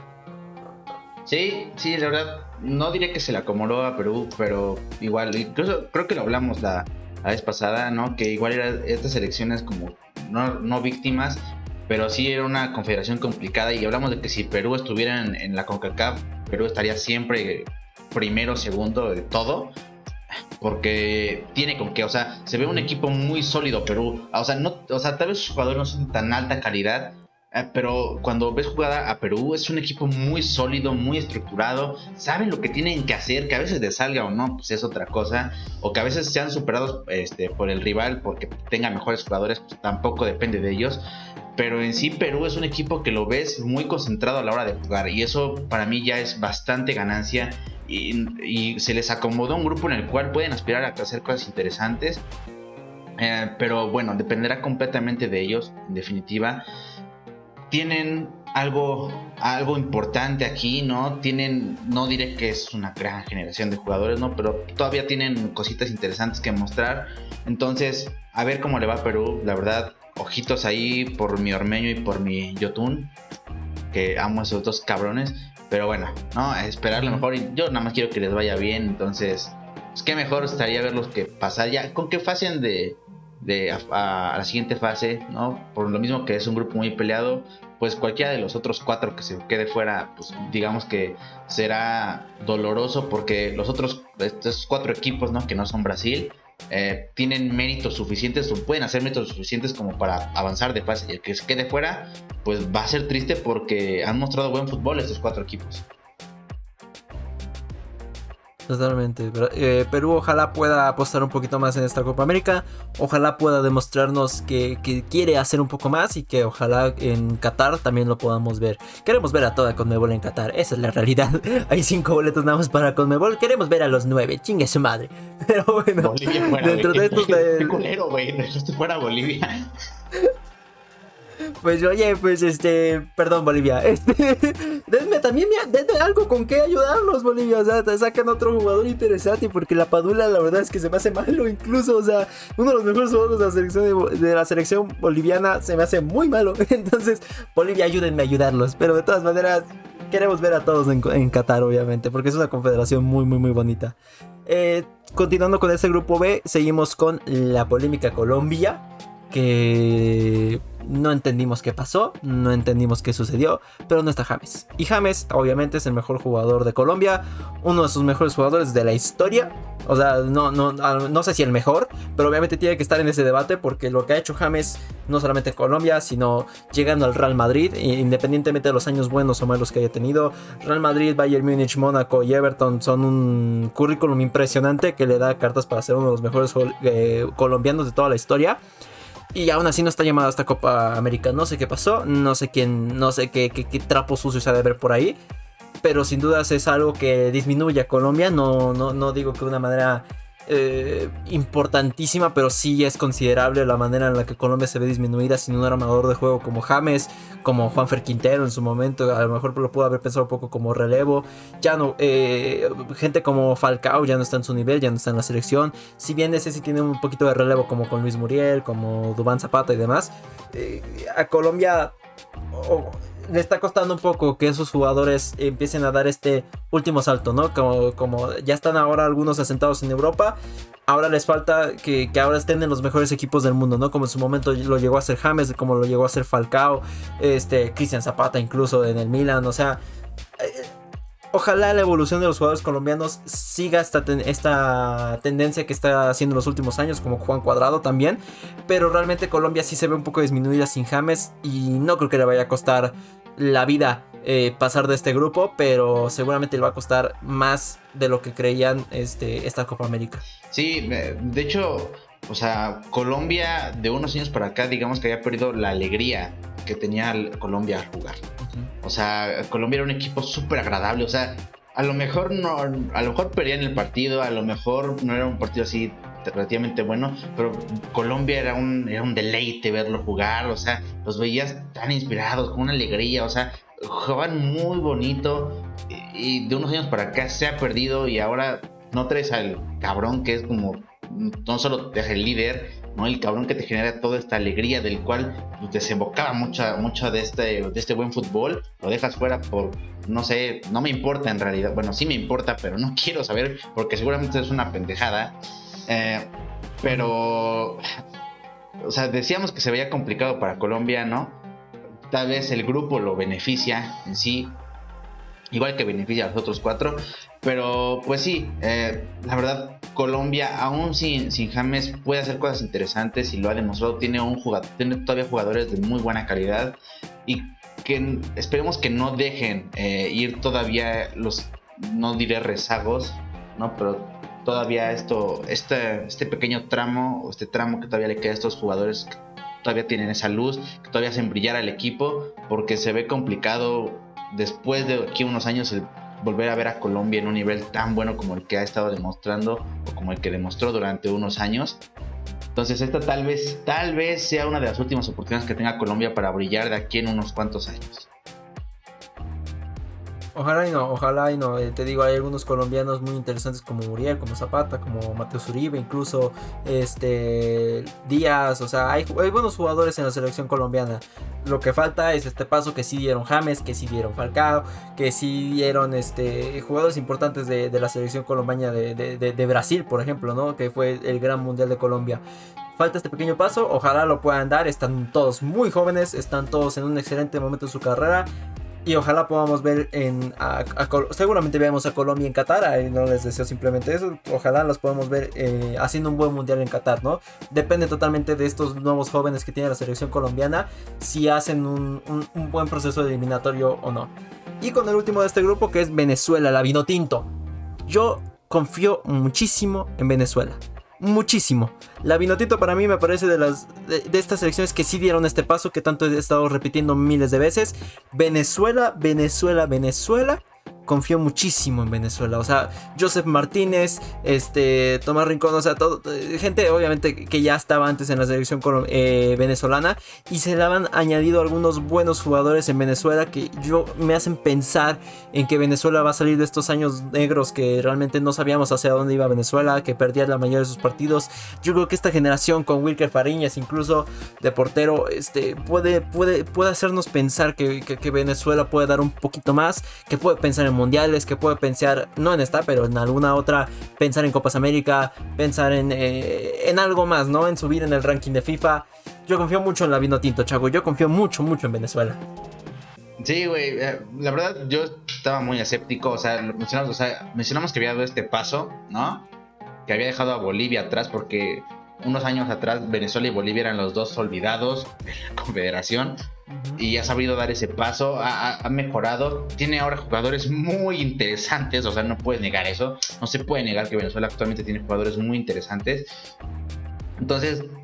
[SPEAKER 2] Sí, sí, la verdad, no diré que se le acomodó a Perú, pero igual, incluso creo que lo hablamos la, la vez pasada, ¿no? Que igual eran estas elecciones como no, no víctimas, pero sí era una confederación complicada y hablamos de que si Perú estuviera en, en la CONCACAF, Perú estaría siempre primero, segundo de todo, porque tiene con qué, o sea, se ve un equipo muy sólido Perú, o sea, no, o sea, tal vez sus jugadores no son tan alta calidad, eh, pero cuando ves jugar a Perú es un equipo muy sólido, muy estructurado, saben lo que tienen que hacer, que a veces les salga o no, pues es otra cosa, o que a veces sean superados este, por el rival porque tenga mejores jugadores, pues tampoco depende de ellos. Pero en sí Perú es un equipo que lo ves muy concentrado a la hora de jugar y eso para mí ya es bastante ganancia y, y se les acomodó un grupo en el cual pueden aspirar a hacer cosas interesantes, eh, pero bueno, dependerá completamente de ellos, en definitiva. Tienen algo, algo importante aquí, ¿no? Tienen, no diré que es una gran generación de jugadores, ¿no? Pero todavía tienen cositas interesantes que mostrar, entonces a ver cómo le va a Perú, la verdad. Ojitos ahí por mi Ormeño y por mi Yotun, que amo a esos dos cabrones. Pero bueno, no, a esperar lo mejor. Y yo nada más quiero que les vaya bien. Entonces, pues qué mejor estaría verlos que pasar ya. Con que pasen de, de a, a, a la siguiente fase, ¿no? Por lo mismo que es un grupo muy peleado, pues cualquiera de los otros cuatro que se quede fuera, pues digamos que será doloroso. Porque los otros, estos cuatro equipos, ¿no? Que no son Brasil, Eh, tienen méritos suficientes o pueden hacer méritos suficientes como para avanzar de fase, y el que se quede fuera pues va a ser triste porque han mostrado buen fútbol estos cuatro equipos.
[SPEAKER 1] Totalmente, pero, eh, Perú ojalá pueda apostar un poquito más en esta Copa América, ojalá pueda demostrarnos que, que quiere hacer un poco más y que ojalá en Qatar también lo podamos ver. Queremos ver a toda Conmebol en Qatar, esa es la realidad. Hay cinco boletos nada más para Conmebol, queremos ver a los nueve, chingue su madre. Pero bueno,
[SPEAKER 2] Bolivia fuera,
[SPEAKER 1] dentro
[SPEAKER 2] wey,
[SPEAKER 1] de estos...
[SPEAKER 2] Qué, qué culero, güey, no fuera Bolivia.
[SPEAKER 1] Pues oye, pues este, perdón Bolivia, este, denme también denme algo con que ayudarlos Bolivia, o sea, te sacan otro jugador interesante, porque la Padula la verdad es que se me hace malo incluso, o sea, uno de los mejores jugadores de la selección, de, de la selección boliviana se me hace muy malo, entonces Bolivia ayúdenme a ayudarlos, pero de todas maneras queremos ver a todos en, en Qatar obviamente, porque es una confederación muy muy muy bonita. Eh, continuando con este grupo B, seguimos con la polémica Colombia, que no entendimos qué pasó, no entendimos qué sucedió, pero no está James. Y James obviamente es el mejor jugador de Colombia, uno de sus mejores jugadores de la historia. O sea, no, no, no sé si el mejor, pero obviamente tiene que estar en ese debate, porque lo que ha hecho James, no solamente en Colombia, sino llegando al Real Madrid, independientemente de los años buenos o malos que haya tenido. Real Madrid, Bayern Múnich, Mónaco y Everton son un currículum impresionante que le da cartas para ser uno de los mejores eh, colombianos de toda la historia. Y aún así no está llamada a esta Copa América. No sé qué pasó, no sé quién, no sé qué, qué, qué trapo sucio se ha de ver por ahí. Pero sin dudas es algo que disminuye a Colombia. No, no, no digo que de una manera eh, importantísima, pero sí es considerable la manera en la que Colombia se ve disminuida sin un armador de juego como James, como Juanfer Quintero en su momento. A lo mejor lo pudo haber pensado un poco como relevo. Ya no, eh, gente como Falcao ya no está en su nivel, ya no está en la selección. Si bien ese sí tiene un poquito de relevo, como con Luis Muriel, como Duván Zapata y demás. Eh, a Colombia Oh, le está costando un poco que esos jugadores empiecen a dar este último salto, ¿no? Como, como ya están ahora algunos asentados en Europa, ahora les falta que, que ahora estén en los mejores equipos del mundo, ¿no? Como en su momento lo llegó a hacer James, como lo llegó a hacer Falcao, este, Cristian Zapata incluso en el Milan, o sea... Eh, Ojalá la evolución de los jugadores colombianos siga esta, ten esta tendencia que está haciendo en los últimos años, como Juan Cuadrado también. Pero realmente Colombia sí se ve un poco disminuida sin James y no creo que le vaya a costar la vida eh, pasar de este grupo, pero seguramente le va a costar más de lo que creían este, esta Copa América.
[SPEAKER 2] Sí, de hecho, o sea, Colombia de unos años para acá, digamos que había perdido la alegría que tenía Colombia al jugar. O sea, Colombia era un equipo súper agradable. O sea, a lo mejor no, a lo mejor perdían el partido, a lo mejor no era un partido así relativamente bueno, pero Colombia era un, era un deleite verlo jugar. O sea, los veías tan inspirados, con una alegría. O sea, jugaban muy bonito. Y, y de unos años para acá se ha perdido. Y ahora no traes al cabrón que es como, no solo te hace el líder, ¿no? El cabrón que te genera toda esta alegría, del cual pues, desembocaba mucha, mucha de este, de este buen fútbol. Lo dejas fuera por, no sé, no me importa en realidad. Bueno, sí me importa, pero no quiero saber, porque seguramente es una pendejada. Eh, pero, o sea, decíamos que se veía complicado para Colombia, ¿no? Tal vez el grupo lo beneficia en sí, igual que beneficia a los otros cuatro. Pero pues sí, eh, la verdad Colombia aún sin, sin James puede hacer cosas interesantes y lo ha demostrado. Tiene, un jugador, tiene todavía jugadores de muy buena calidad y que esperemos que no dejen eh, ir todavía los, no diré rezagos, ¿no? Pero todavía esto, este, este pequeño tramo, este tramo que todavía le queda a estos jugadores que todavía tienen esa luz, que todavía hacen brillar al equipo, porque se ve complicado después de aquí unos años el volver a ver a Colombia en un nivel tan bueno como el que ha estado demostrando o como el que demostró durante unos años. Entonces esta tal vez, tal vez sea una de las últimas oportunidades que tenga Colombia para brillar de aquí en unos cuantos años.
[SPEAKER 1] Ojalá y no, ojalá y no. Eh, te digo, hay algunos colombianos muy interesantes como Muriel, como Zapata, como Mateus Uribe, incluso este Díaz. O sea, hay, hay buenos jugadores en la selección colombiana. Lo que falta es este paso que sí dieron James, que sí dieron Falcao, que sí dieron este jugadores importantes de, de la selección colombiana de, de, de, de Brasil, por ejemplo, ¿no? Que fue el gran mundial de Colombia. Falta este pequeño paso, ojalá lo puedan dar. Están todos muy jóvenes, están todos en un excelente momento de su carrera. Y ojalá podamos ver en a, a, seguramente veamos a Colombia en Qatar. Ahí no les deseo simplemente eso. Ojalá los podamos ver eh, haciendo un buen mundial en Qatar, ¿no? Depende totalmente de estos nuevos jóvenes que tiene la selección colombiana, si hacen un, un, un buen proceso eliminatorio o no. Y con el último de este grupo, que es Venezuela, la Vinotinto. Yo confío muchísimo en Venezuela. Muchísimo. La Vinotinto para mí me parece de las de, de estas selecciones que sí dieron este paso, que tanto he estado repitiendo miles de veces. Venezuela, Venezuela, Venezuela. Confío muchísimo en Venezuela. O sea, Joseph Martínez, este, Tomás Rincón, o sea, todo, gente obviamente que ya estaba antes en la selección eh, venezolana. Y se le han añadido algunos buenos jugadores en Venezuela que yo me hacen pensar en que Venezuela va a salir de estos años negros que realmente no sabíamos hacia dónde iba Venezuela, que perdía la mayoría de sus partidos. Yo creo que esta generación con Wilker Fariñas, incluso de portero, este, puede, puede, puede hacernos pensar que, que, que Venezuela puede dar un poquito más, que puede pensar en mundiales, que puede pensar, no en esta, pero en alguna otra, pensar en Copas América, pensar en, eh, en algo más, ¿no? En subir en el ranking de FIFA. Yo confío mucho en la Vinotinto, Chago. Yo confío mucho, mucho en Venezuela.
[SPEAKER 2] Sí, güey, la verdad yo estaba muy escéptico. O sea, mencionamos, o sea, mencionamos que había dado este paso, ¿no? Que había dejado a Bolivia atrás, porque unos años atrás Venezuela y Bolivia eran los dos olvidados de la Confederación. Uh-huh. Y ha sabido dar ese paso, ha, ha mejorado, tiene ahora jugadores muy interesantes. O sea, no puedes negar eso, no se puede negar que Venezuela actualmente tiene jugadores muy interesantes. Entonces,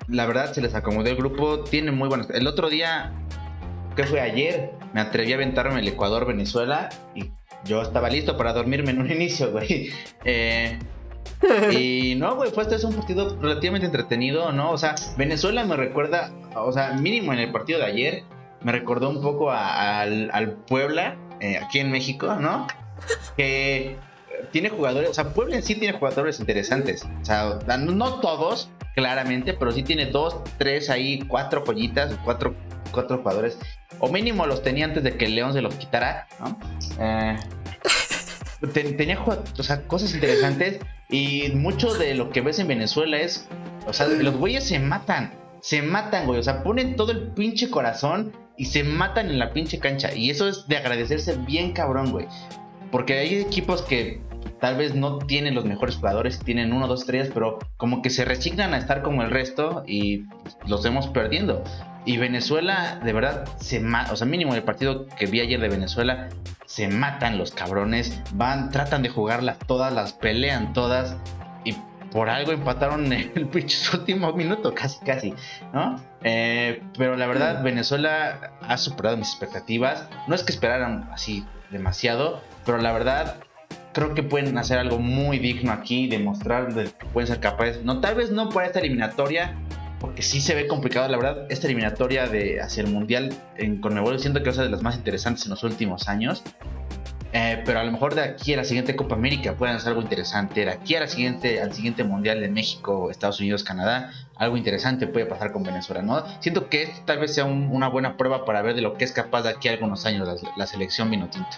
[SPEAKER 2] la verdad se les acomodó el grupo, tiene muy buenos. El otro día, que fue ayer, me atreví a aventarme el Ecuador-Venezuela y yo estaba listo para dormirme en un inicio, güey. Eh, y no, güey, fue este es un partido relativamente entretenido, ¿no? O sea, Venezuela me recuerda, o sea, mínimo en el partido de ayer, me recordó un poco a, a, al, al Puebla, eh, aquí en México, ¿no? Que tiene jugadores, o sea, Puebla en sí tiene jugadores interesantes, o sea, no, no todos, claramente, pero sí tiene dos, tres ahí, cuatro joyitas, cuatro, cuatro jugadores, o mínimo los tenía antes de que el León se los quitara, ¿no? Eh, ten, tenía, o sea, cosas interesantes. Y mucho de lo que ves en Venezuela es, o sea, los güeyes se matan, se matan, güey, o sea, ponen todo el pinche corazón y se matan en la pinche cancha. Y eso es de agradecerse bien cabrón, güey. Porque hay equipos que tal vez no tienen los mejores jugadores, tienen uno, dos estrellas, pero como que se resignan a estar como el resto y los vemos perdiendo. Y Venezuela, de verdad, se mata, o sea, mínimo el partido que vi ayer de Venezuela, se matan los cabrones, van, tratan de jugarlas todas, las pelean todas, y por algo empataron en el pinche último minuto, casi, casi, ¿no? Eh, pero la verdad, Venezuela ha superado mis expectativas, no es que esperaran así demasiado, pero la verdad, creo que pueden hacer algo muy digno aquí, demostrar de que pueden ser capaces, no, tal vez no para esta eliminatoria, porque sí se ve complicado, la verdad, esta eliminatoria de hacia el Mundial en Conmebol, siento que va a ser de las más interesantes en los últimos años, eh, pero a lo mejor de aquí a la siguiente Copa América pueden hacer algo interesante, de aquí a la siguiente, al siguiente Mundial de México, Estados Unidos, Canadá, algo interesante puede pasar con Venezuela, ¿no? Siento que esto tal vez sea un, una buena prueba para ver de lo que es capaz de aquí a algunos años la, la selección vinotinto.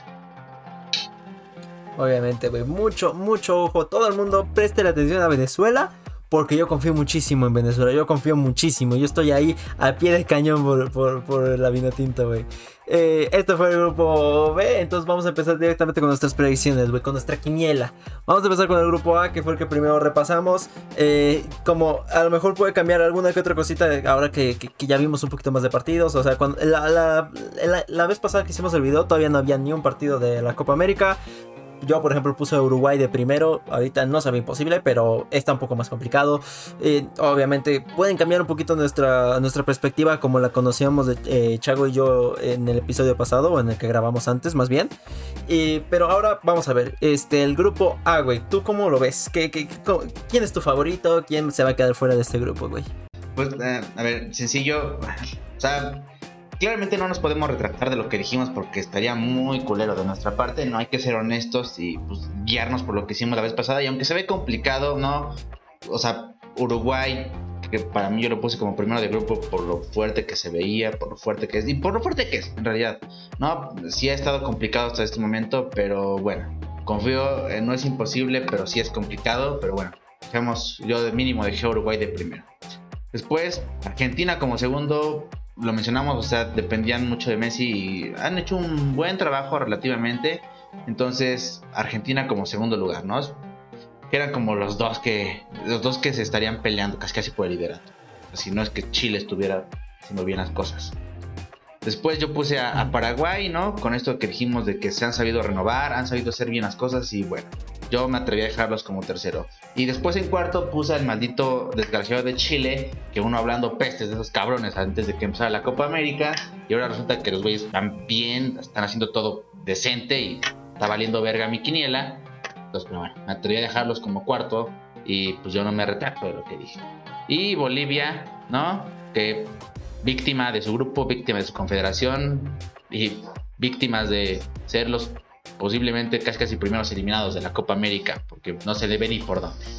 [SPEAKER 1] Obviamente, güey, mucho, mucho ojo, todo el mundo preste la atención a Venezuela, porque yo confío muchísimo en Venezuela, yo confío muchísimo, yo estoy ahí al pie del cañón por, por, por la vinotinto, güey. Eh, esto fue el grupo B, entonces vamos a empezar directamente con nuestras predicciones, güey, con nuestra quiniela. Vamos a empezar con el grupo A, que fue el que primero repasamos. Eh, como a lo mejor puede cambiar alguna que otra cosita ahora que, que, que ya vimos un poquito más de partidos. O sea, cuando la, la, la, la vez pasada que hicimos el video todavía no había ni un partido de la Copa América. Yo, por ejemplo, puse a Uruguay de primero. Ahorita no se ve imposible, pero está un poco más complicado. Eh, obviamente pueden cambiar un poquito nuestra, nuestra perspectiva como la conocíamos de eh, Chago y yo en el episodio pasado, o en el que grabamos antes más bien. Eh, pero ahora vamos a ver, este, el grupo A, güey, ¿tú cómo lo ves? ¿Qué, qué, cómo, ¿Quién es tu favorito? ¿Quién se va a quedar fuera de este grupo, güey?
[SPEAKER 2] Pues, eh, a ver, sencillo. O sea, claramente no nos podemos retractar de lo que dijimos porque estaría muy culero de nuestra parte. No hay que ser honestos y pues, guiarnos por lo que hicimos la vez pasada. Y aunque se ve complicado, ¿no? O sea, Uruguay, que para mí yo lo puse como primero de grupo por lo fuerte que se veía, por lo fuerte que es y por lo fuerte que es, en realidad. No, sí ha estado complicado hasta este momento, pero bueno, confío, eh, no es imposible, pero sí es complicado. Pero bueno, dejemos, yo de mínimo dejé a Uruguay de primero. Después, Argentina como segundo. Lo mencionamos, o sea, dependían mucho de Messi y han hecho un buen trabajo relativamente. Entonces, Argentina como segundo lugar, ¿no? Eran como los dos que los dos que se estarían peleando casi casi por el liderato. Si no es que Chile estuviera haciendo bien las cosas. Después yo puse a, a Paraguay, ¿no? Con esto que dijimos de que se han sabido renovar, han sabido hacer bien las cosas y bueno, yo me atreví a dejarlos como tercero. Y después en cuarto puse al maldito desgraciado de Chile, que uno hablando pestes de esos cabrones antes de que empezara la Copa América. Y ahora resulta que los güeyes están bien, están haciendo todo decente y está valiendo verga mi quiniela. Entonces, bueno, me atreví a dejarlos como cuarto y pues yo no me retracto de lo que dije. Y Bolivia, ¿no? Que víctima de su grupo, víctima de su confederación y víctimas de ser los posiblemente casi casi primeros eliminados de la Copa América, porque no se debe ni por dónde.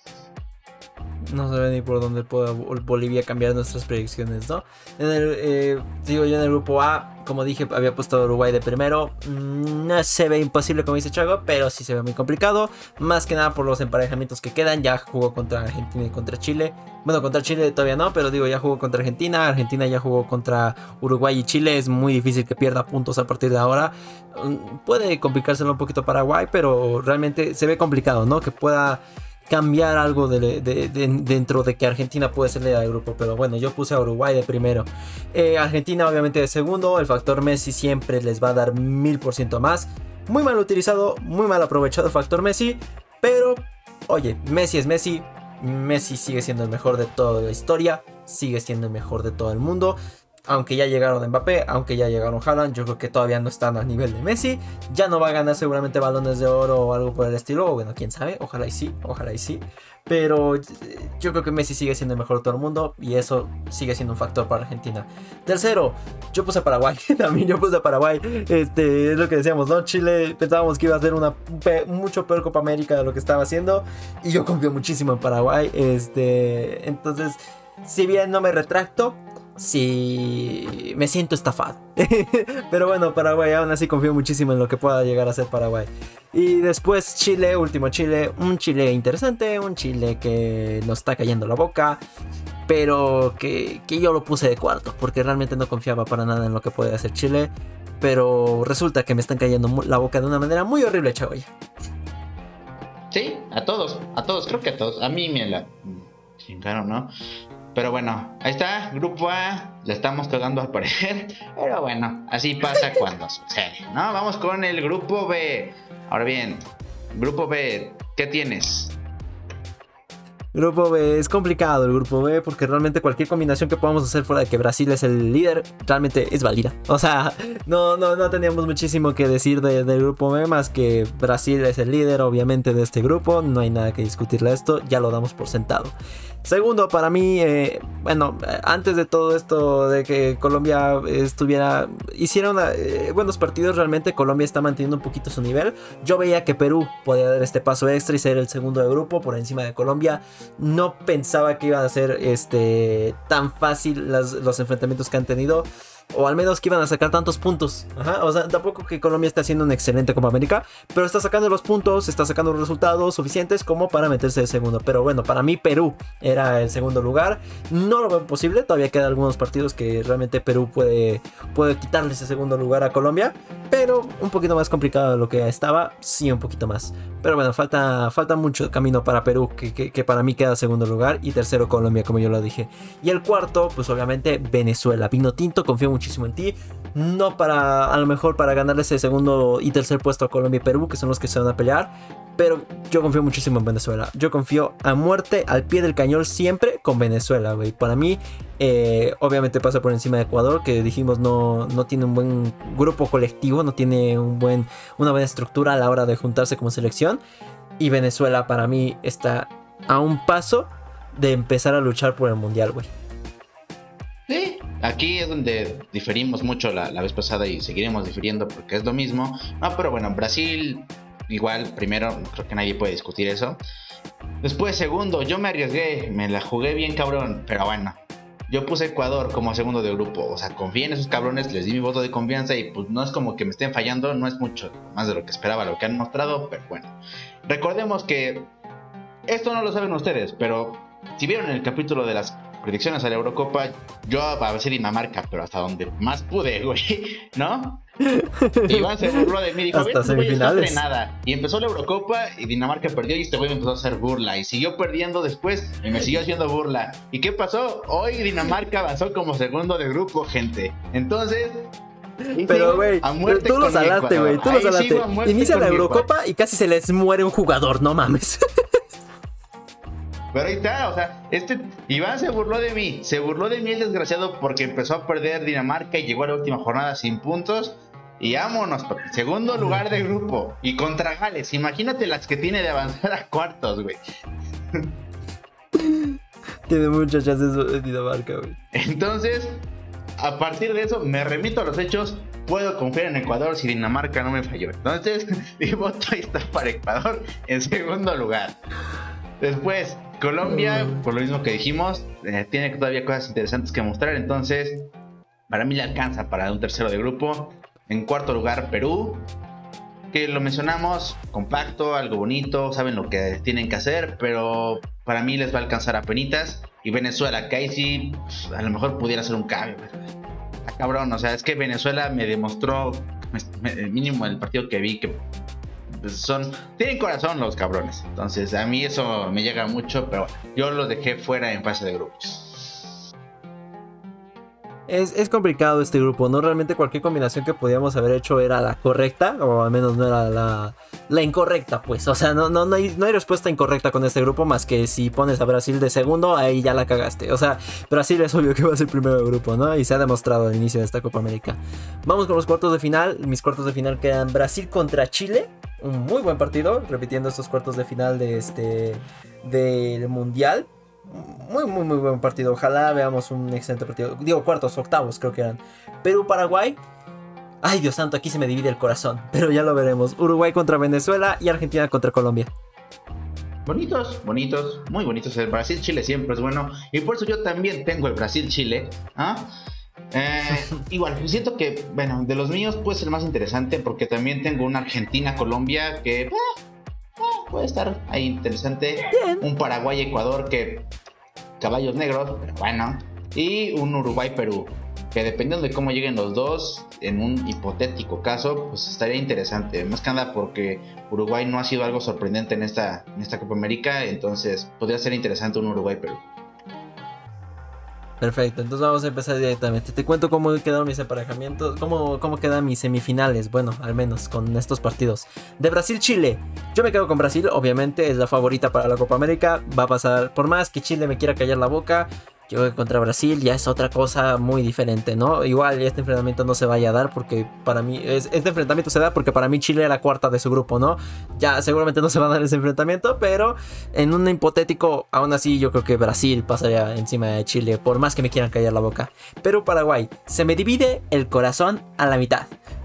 [SPEAKER 1] No se ve ni por dónde pueda Bolivia cambiar nuestras predicciones, ¿no? En el, eh, digo yo en el grupo A, como dije, había puesto a Uruguay de primero. No se ve imposible como dice Chago, pero sí se ve muy complicado. Más que nada por los emparejamientos que quedan. Ya jugó contra Argentina y contra Chile. Bueno, contra Chile todavía no, pero digo, ya jugó contra Argentina. Argentina ya jugó contra Uruguay y Chile. Es muy difícil que pierda puntos a partir de ahora. Puede complicárselo un poquito Paraguay, pero realmente se ve complicado, ¿no? Que pueda cambiar algo de, de, de, dentro de que Argentina puede ser del grupo. Pero bueno, yo puse a Uruguay de primero, eh, Argentina obviamente de segundo. El factor Messi siempre les va a dar mil por ciento más. Muy mal utilizado, muy mal aprovechado el factor Messi, pero oye, Messi es Messi. Messi sigue siendo el mejor de toda la historia. sigue siendo el mejor de todo el mundo. Aunque ya llegaron Mbappé, aunque ya llegaron Haaland, yo creo que todavía no están al nivel de Messi. Ya no va a ganar seguramente balones de oro o algo por el estilo. O bueno, quién sabe, ojalá y sí, ojalá y sí. Pero yo creo que Messi sigue siendo el mejor de todo el mundo. Y eso sigue siendo un factor para Argentina. Tercero, yo puse a Paraguay. También yo puse a Paraguay. Este, es lo que decíamos, ¿no? Chile pensábamos que iba a ser una pe mucho peor Copa América de lo que estaba haciendo. Y yo confío muchísimo en Paraguay. Este, entonces, si bien no me retracto, sí me siento estafado. Pero bueno, Paraguay, aún así confío muchísimo en lo que pueda llegar a ser Paraguay. Y después Chile, último Chile. Un Chile interesante, un Chile que nos está cayendo la boca, pero que, que yo lo puse de cuarto, porque realmente no confiaba para nada en lo que podía hacer Chile. Pero resulta que me están cayendo la boca de una manera muy horrible, Chagoya.
[SPEAKER 2] Sí, a todos, a todos, creo que a todos. A mí me la chingaron, ¿no? Pero bueno, ahí está, grupo A, le estamos cagando al parecer. Pero bueno, así pasa cuando sucede, ¿no? Vamos con el grupo B. Ahora bien, grupo B, ¿qué tienes?
[SPEAKER 1] Grupo B, es complicado el grupo B porque realmente cualquier combinación que podamos hacer fuera de que Brasil es el líder, realmente es válida. O sea, no, no, no teníamos muchísimo que decir de, del grupo B más que Brasil es el líder obviamente de este grupo, no hay nada que discutirle a esto, ya lo damos por sentado. Segundo, para mí, eh, bueno, antes de todo esto de que Colombia estuviera, hiciera una, eh, buenos partidos, realmente Colombia está manteniendo un poquito su nivel. Yo veía que Perú podía dar este paso extra y ser el segundo de grupo por encima de Colombia. No pensaba que iba a ser este, tan fácil las, los enfrentamientos que han tenido. O al menos que iban a sacar tantos puntos. Ajá, o sea, tampoco que Colombia está haciendo una excelente Copa América, pero está sacando los puntos, está sacando los resultados suficientes como para meterse de segundo. Pero bueno, para mí Perú era el segundo lugar. No lo veo posible, todavía quedan algunos partidos que realmente Perú puede, puede quitarle ese segundo lugar a Colombia. Pero un poquito más complicado de lo que estaba, sí, un poquito más. Pero bueno, falta, falta mucho camino para Perú, que, que, que para mí queda segundo lugar. Y tercero Colombia, como yo lo dije. Y el cuarto, pues obviamente Venezuela. Vino tinto, confío muchísimo en ti. No para, a lo mejor para ganarle ese segundo y tercer puesto a Colombia y Perú, que son los que se van a pelear. Pero yo confío muchísimo en Venezuela. Yo confío a muerte, al pie del cañón, siempre con Venezuela, güey. Para mí, eh, obviamente pasa por encima de Ecuador, que dijimos no, no tiene un buen grupo colectivo, no tiene un buen, una buena estructura a la hora de juntarse como selección. Y Venezuela para mí está a un paso de empezar a luchar por el mundial, güey.
[SPEAKER 2] Sí, aquí es donde diferimos mucho la, la vez pasada y seguiremos difiriendo porque es lo mismo. No, pero bueno, Brasil igual, primero, creo que nadie puede discutir eso. Después, segundo, yo me arriesgué, me la jugué bien cabrón, pero bueno, yo puse Ecuador como segundo de grupo. O sea, confié en esos cabrones, les di mi voto de confianza y pues no es como que me estén fallando, no es mucho más de lo que esperaba, lo que han mostrado, pero bueno. Recordemos que esto no lo saben ustedes, pero si vieron el capítulo de las predicciones a la Eurocopa, yo a ver si Dinamarca, pero hasta donde más pude, güey, ¿no? Iván se burló de mí, dijo,
[SPEAKER 1] hasta semifinales.
[SPEAKER 2] Nada. Y empezó la Eurocopa y Dinamarca perdió y este güey me empezó a hacer burla y siguió perdiendo después y me siguió haciendo burla. ¿Y qué pasó? Hoy Dinamarca avanzó como segundo de grupo, gente. Entonces...
[SPEAKER 1] Pero güey, tú lo salaste, güey, tú lo salaste. Inicia la Eurocopa y casi se les muere un jugador, no mames.
[SPEAKER 2] Pero ahí está, o sea, este Iván se burló de mí, se burló de mí el desgraciado porque empezó a perder Dinamarca y llegó a la última jornada sin puntos. Y vámonos, papi, segundo lugar de grupo y contra Gales, imagínate las que tiene de avanzar a cuartos, güey.
[SPEAKER 1] Tiene muchas chances de Dinamarca, güey.
[SPEAKER 2] Entonces, a partir de eso, me remito a los hechos. Puedo confiar en Ecuador si Dinamarca no me falló. Entonces, mi voto ahí está para Ecuador en segundo lugar. Después, Colombia, por lo mismo que dijimos, eh, tiene todavía cosas interesantes que mostrar. Entonces, para mí le alcanza para un tercero de grupo. En cuarto lugar, Perú, que lo mencionamos, compacto, algo bonito, saben lo que tienen que hacer, pero para mí les va a alcanzar a penitas. Y Venezuela, que ahí sí, pues, a lo mejor pudiera ser un cambio. Está cabrón, o sea, es que Venezuela me demostró, mínimo el partido que vi, que son, tienen corazón los cabrones. Entonces a mí eso me llega mucho, pero bueno, yo los dejé fuera en fase de grupos.
[SPEAKER 1] Es, es complicado este grupo, ¿no? Realmente cualquier combinación que podíamos haber hecho era la correcta, o al menos no era la, la incorrecta, pues. O sea, no, no, no, hay, no hay respuesta incorrecta con este grupo, más que si pones a Brasil de segundo, ahí ya la cagaste. O sea, Brasil es obvio que va a ser primero del grupo, ¿no? Y se ha demostrado al inicio de esta Copa América. Vamos con los cuartos de final. Mis cuartos de final quedan Brasil contra Chile. Un muy buen partido, repitiendo estos cuartos de final de este del Mundial. Muy, muy, muy buen partido. Ojalá veamos un excelente partido. Digo, cuartos, octavos creo que eran. Perú-Paraguay. Ay, Dios santo, aquí se me divide el corazón. Pero ya lo veremos. Uruguay contra Venezuela y Argentina contra Colombia.
[SPEAKER 2] Bonitos, bonitos, muy bonitos. El Brasil-Chile siempre es bueno. Y por eso yo también tengo el Brasil-Chile. ¿Ah? Eh, igual, siento que, bueno, de los míos puede ser más interesante porque también tengo una Argentina-Colombia que... Eh, puede estar ahí interesante. Bien. Un Paraguay-Ecuador que caballos negros, pero bueno. Y un Uruguay-Perú, que dependiendo de cómo lleguen los dos, en un hipotético caso, pues estaría interesante. Más que nada porque Uruguay no ha sido algo sorprendente en esta, en esta Copa América, entonces podría ser interesante un Uruguay-Perú.
[SPEAKER 1] Perfecto, entonces vamos a empezar directamente. Te cuento cómo quedaron mis emparejamientos, cómo, cómo quedan mis semifinales, bueno, al menos con estos partidos. De Brasil-Chile, yo me quedo con Brasil, obviamente es la favorita para la Copa América. Va a pasar, por más que Chile me quiera callar la boca, yo contra Brasil ya es otra cosa muy diferente, ¿no? Igual este enfrentamiento no se vaya a dar porque para mí, es, este enfrentamiento se da porque para mí Chile era cuarta de su grupo, ¿no? Ya seguramente no se va a dar ese enfrentamiento, pero en un hipotético, aún así yo creo que Brasil pasaría encima de Chile, por más que me quieran callar la boca. Pero Paraguay, se me divide el corazón a la mitad.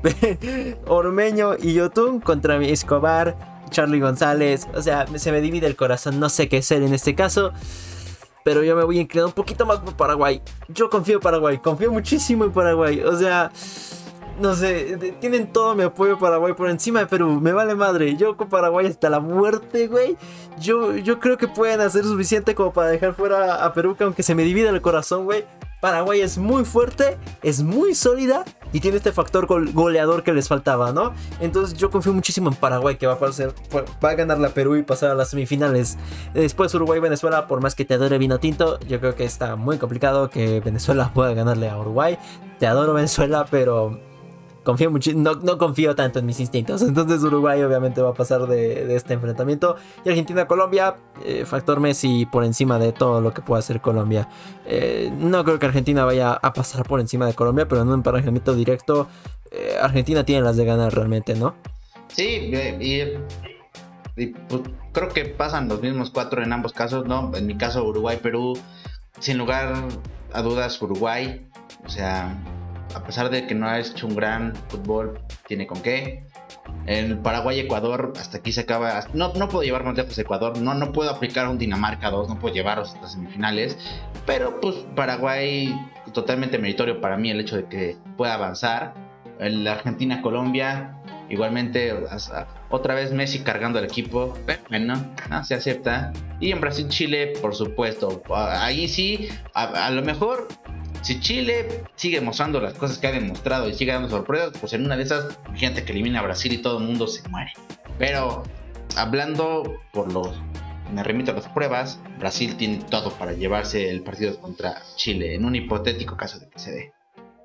[SPEAKER 1] Ormeño y Yotun contra mi Escobar, Charly González, o sea, se me divide el corazón, no sé qué hacer en este caso. Pero yo me voy a inclinar un poquito más por Paraguay. Yo confío en Paraguay, confío muchísimo en Paraguay. O sea, no sé, tienen todo mi apoyo Paraguay por encima de Perú. Me vale madre, yo con Paraguay hasta la muerte, güey. Yo, yo creo que pueden hacer suficiente como para dejar fuera a Perú, que aunque se me divida el corazón, güey. Paraguay es muy fuerte, es muy sólida y tiene este factor goleador que les faltaba, ¿no? Entonces yo confío muchísimo en Paraguay, que va a, pasar, va a ganar la Perú y pasar a las semifinales. Después Uruguay-Venezuela, por más que te adore vino tinto, yo creo que está muy complicado que Venezuela pueda ganarle a Uruguay. Te adoro Venezuela, pero... confío mucho, no, no confío tanto en mis instintos. Entonces Uruguay obviamente va a pasar de, de este enfrentamiento. Y Argentina-Colombia, eh, factor Messi por encima de todo lo que pueda hacer Colombia. Eh, no creo que Argentina vaya a pasar por encima de Colombia, pero en un emparejamiento directo, eh, Argentina tiene las de ganar realmente, ¿no?
[SPEAKER 2] Sí, y, y pues, creo que pasan los mismos cuatro en ambos casos, ¿no? En mi caso Uruguay-Perú, sin lugar a dudas Uruguay, o sea... a pesar de que no ha hecho un gran fútbol, tiene con qué. En Paraguay-Ecuador, hasta aquí se acaba. No, no puedo llevar más lejos Ecuador. No, no puedo aplicar un Dinamarca dos. No puedo llevarlos hasta semifinales. Pero pues Paraguay, totalmente meritorio para mí el hecho de que pueda avanzar. El Argentina-Colombia, igualmente, hasta, otra vez Messi cargando el equipo. Bueno, no, se acepta. Y en Brasil-Chile, por supuesto. Ahí sí, a, a lo mejor. Si Chile sigue mostrando las cosas que ha demostrado y sigue dando sorpresas, pues en una de esas, gente que elimina a Brasil y todo el mundo se muere. Pero hablando por los, me remito a las pruebas, Brasil tiene todo para llevarse el partido contra Chile en un hipotético caso de que se dé.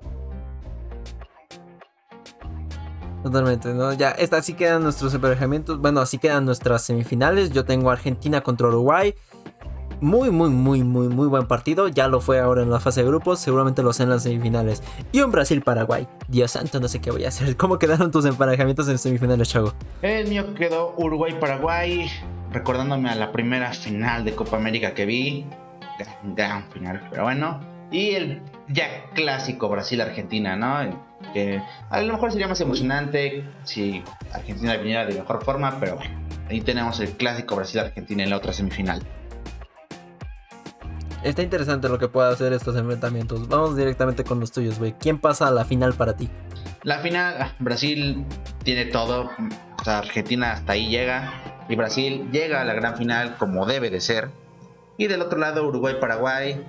[SPEAKER 1] Totalmente, ¿no? Ya, esta, así quedan nuestros emparejamientos. Bueno, así quedan nuestras semifinales. Yo tengo Argentina contra Uruguay. Muy, muy, muy, muy, muy buen partido. Ya lo fue ahora en la fase de grupos. Seguramente lo sé en las semifinales. Y un Brasil-Paraguay. Dios santo, no sé qué voy a hacer. ¿Cómo quedaron tus emparejamientos en semifinales, Chago?
[SPEAKER 2] El mío quedó Uruguay-Paraguay. Recordándome a la primera final de Copa América que vi. Gran, gran final, pero bueno. Y el ya clásico Brasil-Argentina, ¿no? Que a lo mejor sería más emocionante si Argentina viniera de mejor forma. Pero bueno, ahí tenemos el clásico Brasil-Argentina en la otra semifinal.
[SPEAKER 1] Está interesante lo que pueda hacer estos enfrentamientos. Vamos directamente con los tuyos, güey. ¿Quién pasa a la final para ti?
[SPEAKER 2] La final, Brasil tiene todo. O sea, Argentina hasta ahí llega. Y Brasil llega a la gran final como debe de ser. Y del otro lado, Uruguay-Paraguay.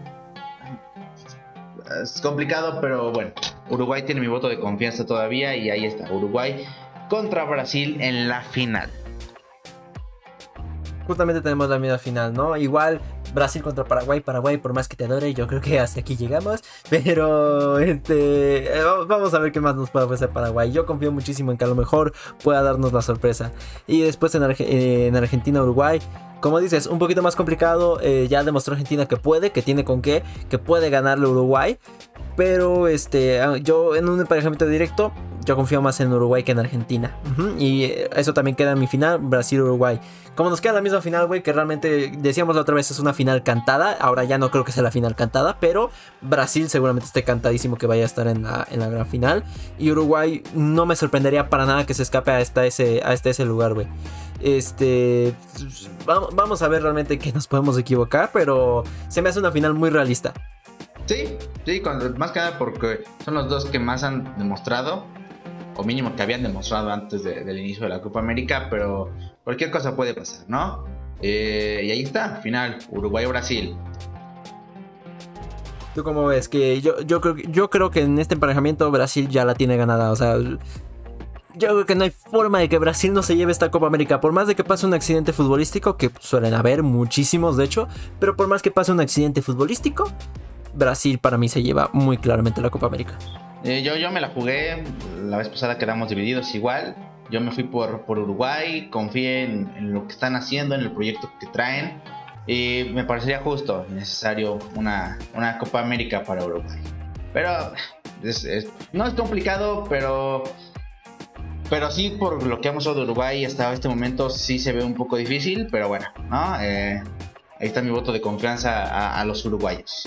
[SPEAKER 2] Es complicado, pero bueno. Uruguay tiene mi voto de confianza todavía. Y ahí está, Uruguay contra Brasil en la final.
[SPEAKER 1] Justamente tenemos la misma final, ¿no? Igual Brasil contra Paraguay. Paraguay, por más que te adore, yo creo que hasta aquí llegamos. Pero este, vamos a ver qué más nos puede ofrecer Paraguay. Yo confío muchísimo en que a lo mejor pueda darnos la sorpresa. Y después en, Arge en Argentina-Uruguay, como dices, un poquito más complicado. eh, Ya demostró Argentina que puede, que tiene con qué, que puede ganarle a Uruguay. Pero este, yo en un emparejamiento directo, yo confío más en Uruguay que en Argentina. Uh-huh. Y eso también queda en mi final, Brasil-Uruguay. Como nos queda la misma final, güey, que realmente decíamos la otra vez es una final cantada. Ahora ya no creo que sea la final cantada, pero Brasil seguramente esté cantadísimo que vaya a estar en la, en la gran final. Y Uruguay no me sorprendería para nada que se escape hasta ese, hasta ese lugar, güey. Este, vamos a ver realmente que nos podemos equivocar, pero se me hace una final muy realista.
[SPEAKER 2] Sí, sí, cuando, más que nada porque son los dos que más han demostrado, o mínimo que habían demostrado antes de, del inicio de la Copa América, pero cualquier cosa puede pasar, ¿no? Eh, y ahí está, final, Uruguay-Brasil.
[SPEAKER 1] ¿Tú cómo ves? Que yo, yo, creo, yo creo que en este emparejamiento Brasil ya la tiene ganada, o sea... Yo creo que no hay forma de que Brasil no se lleve esta Copa América. Por más de que pase un accidente futbolístico, que suelen haber muchísimos de hecho, pero por más que pase un accidente futbolístico, Brasil para mí se lleva muy claramente la Copa América.
[SPEAKER 2] Eh, yo, yo me la jugué, la vez pasada quedamos divididos igual. Yo me fui por, por Uruguay, confié en, en lo que están haciendo, en el proyecto que traen. Y me parecería justo y necesario una, una Copa América para Uruguay. Pero es, es, no es complicado, pero... Pero sí, por lo que hemos hablado de Uruguay hasta este momento, sí se ve un poco difícil. Pero bueno, ¿no? Eh, ahí está mi voto de confianza a, a los uruguayos.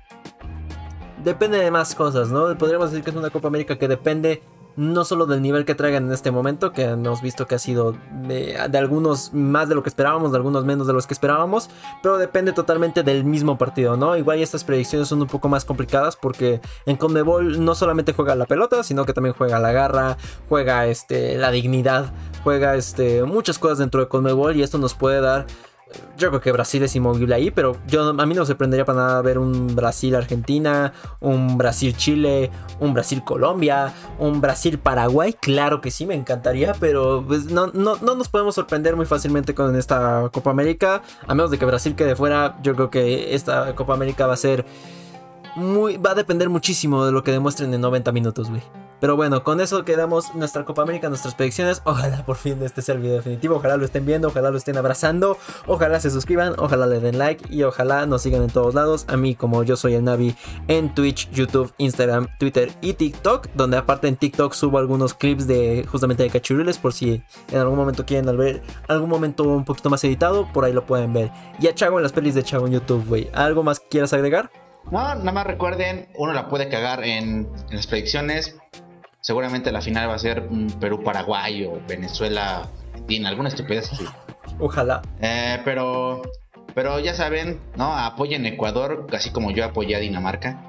[SPEAKER 1] Depende de más cosas, ¿no? Podríamos decir que es una Copa América que depende no solo del nivel que traigan en este momento, que hemos visto que ha sido de, de algunos más de lo que esperábamos, de algunos menos de los que esperábamos, pero depende totalmente del mismo partido, ¿no? Igual y estas predicciones son un poco más complicadas porque en CONMEBOL no solamente juega la pelota, sino que también juega la garra, juega este, la dignidad, juega este, muchas cosas dentro de CONMEBOL y esto nos puede dar... Yo creo que Brasil es inmovible ahí, pero yo, a mí no me sorprendería para nada ver un Brasil-Argentina, un Brasil-Chile, un Brasil-Colombia, un Brasil-Paraguay. Claro que sí, me encantaría, pero pues, no, no, no nos podemos sorprender muy fácilmente con esta Copa América. A menos de que Brasil quede fuera, yo creo que esta Copa América va a ser muy... va a depender muchísimo de lo que demuestren en noventa minutos, güey. Pero bueno, con eso quedamos nuestra Copa América, nuestras predicciones. Ojalá por fin este sea el video definitivo. Ojalá lo estén viendo, ojalá lo estén abrazando. Ojalá se suscriban, ojalá le den like. Y ojalá nos sigan en todos lados. A mí como yo soy el Navi en Twitch, YouTube, Instagram, Twitter y TikTok. Donde aparte en TikTok subo algunos clips de justamente de Cachirules. Por si en algún momento quieren ver algún momento un poquito más editado, por ahí lo pueden ver. Y a Chago en las pelis de Chago en YouTube, güey. ¿Algo más que quieras agregar?
[SPEAKER 2] No, nada más recuerden, uno la puede cagar en, en las predicciones. Seguramente la final va a ser um, Perú-Paraguay o Venezuela-Argentina, alguna estupidez así.
[SPEAKER 1] Ojalá.
[SPEAKER 2] Eh, pero, pero ya saben, ¿no? Apoyen a Ecuador, así como yo apoyé a Dinamarca.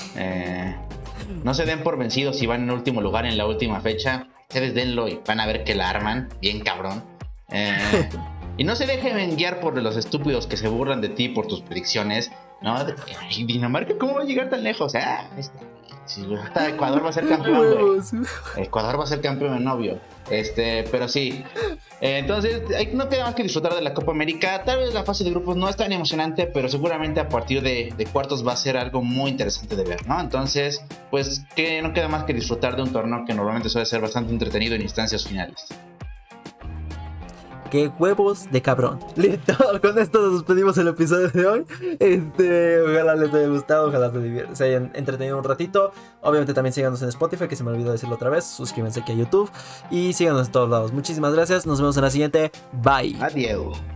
[SPEAKER 2] Eh, no se den por vencidos si van en último lugar en la última fecha. Ustedes denlo y van a ver que la arman, bien cabrón. Eh, y no se dejen guiar por los estúpidos que se burlan de ti por tus predicciones, ¿no? Ay, Dinamarca, ¿cómo va a llegar tan lejos? Ah, este... Si Ecuador va a ser campeón, güey. Ecuador va a ser campeón en novio. Este, pero sí. Eh, entonces, no queda más que disfrutar de la Copa América. Tal vez la fase de grupos no es tan emocionante, pero seguramente a partir de, de cuartos va a ser algo muy interesante de ver, ¿no? Entonces, pues, que no queda más que disfrutar de un torneo que normalmente suele ser bastante entretenido en instancias finales.
[SPEAKER 1] ¡Qué huevos de cabrón! Listo, con esto nos despedimos el episodio de hoy. Este, ojalá les haya gustado, ojalá se, divier- se hayan entretenido un ratito. Obviamente también síganos en Spotify, que se me olvidó decirlo otra vez. Suscríbanse aquí a YouTube y síganos en todos lados. Muchísimas gracias, nos vemos en la siguiente. Bye.
[SPEAKER 2] Adiós.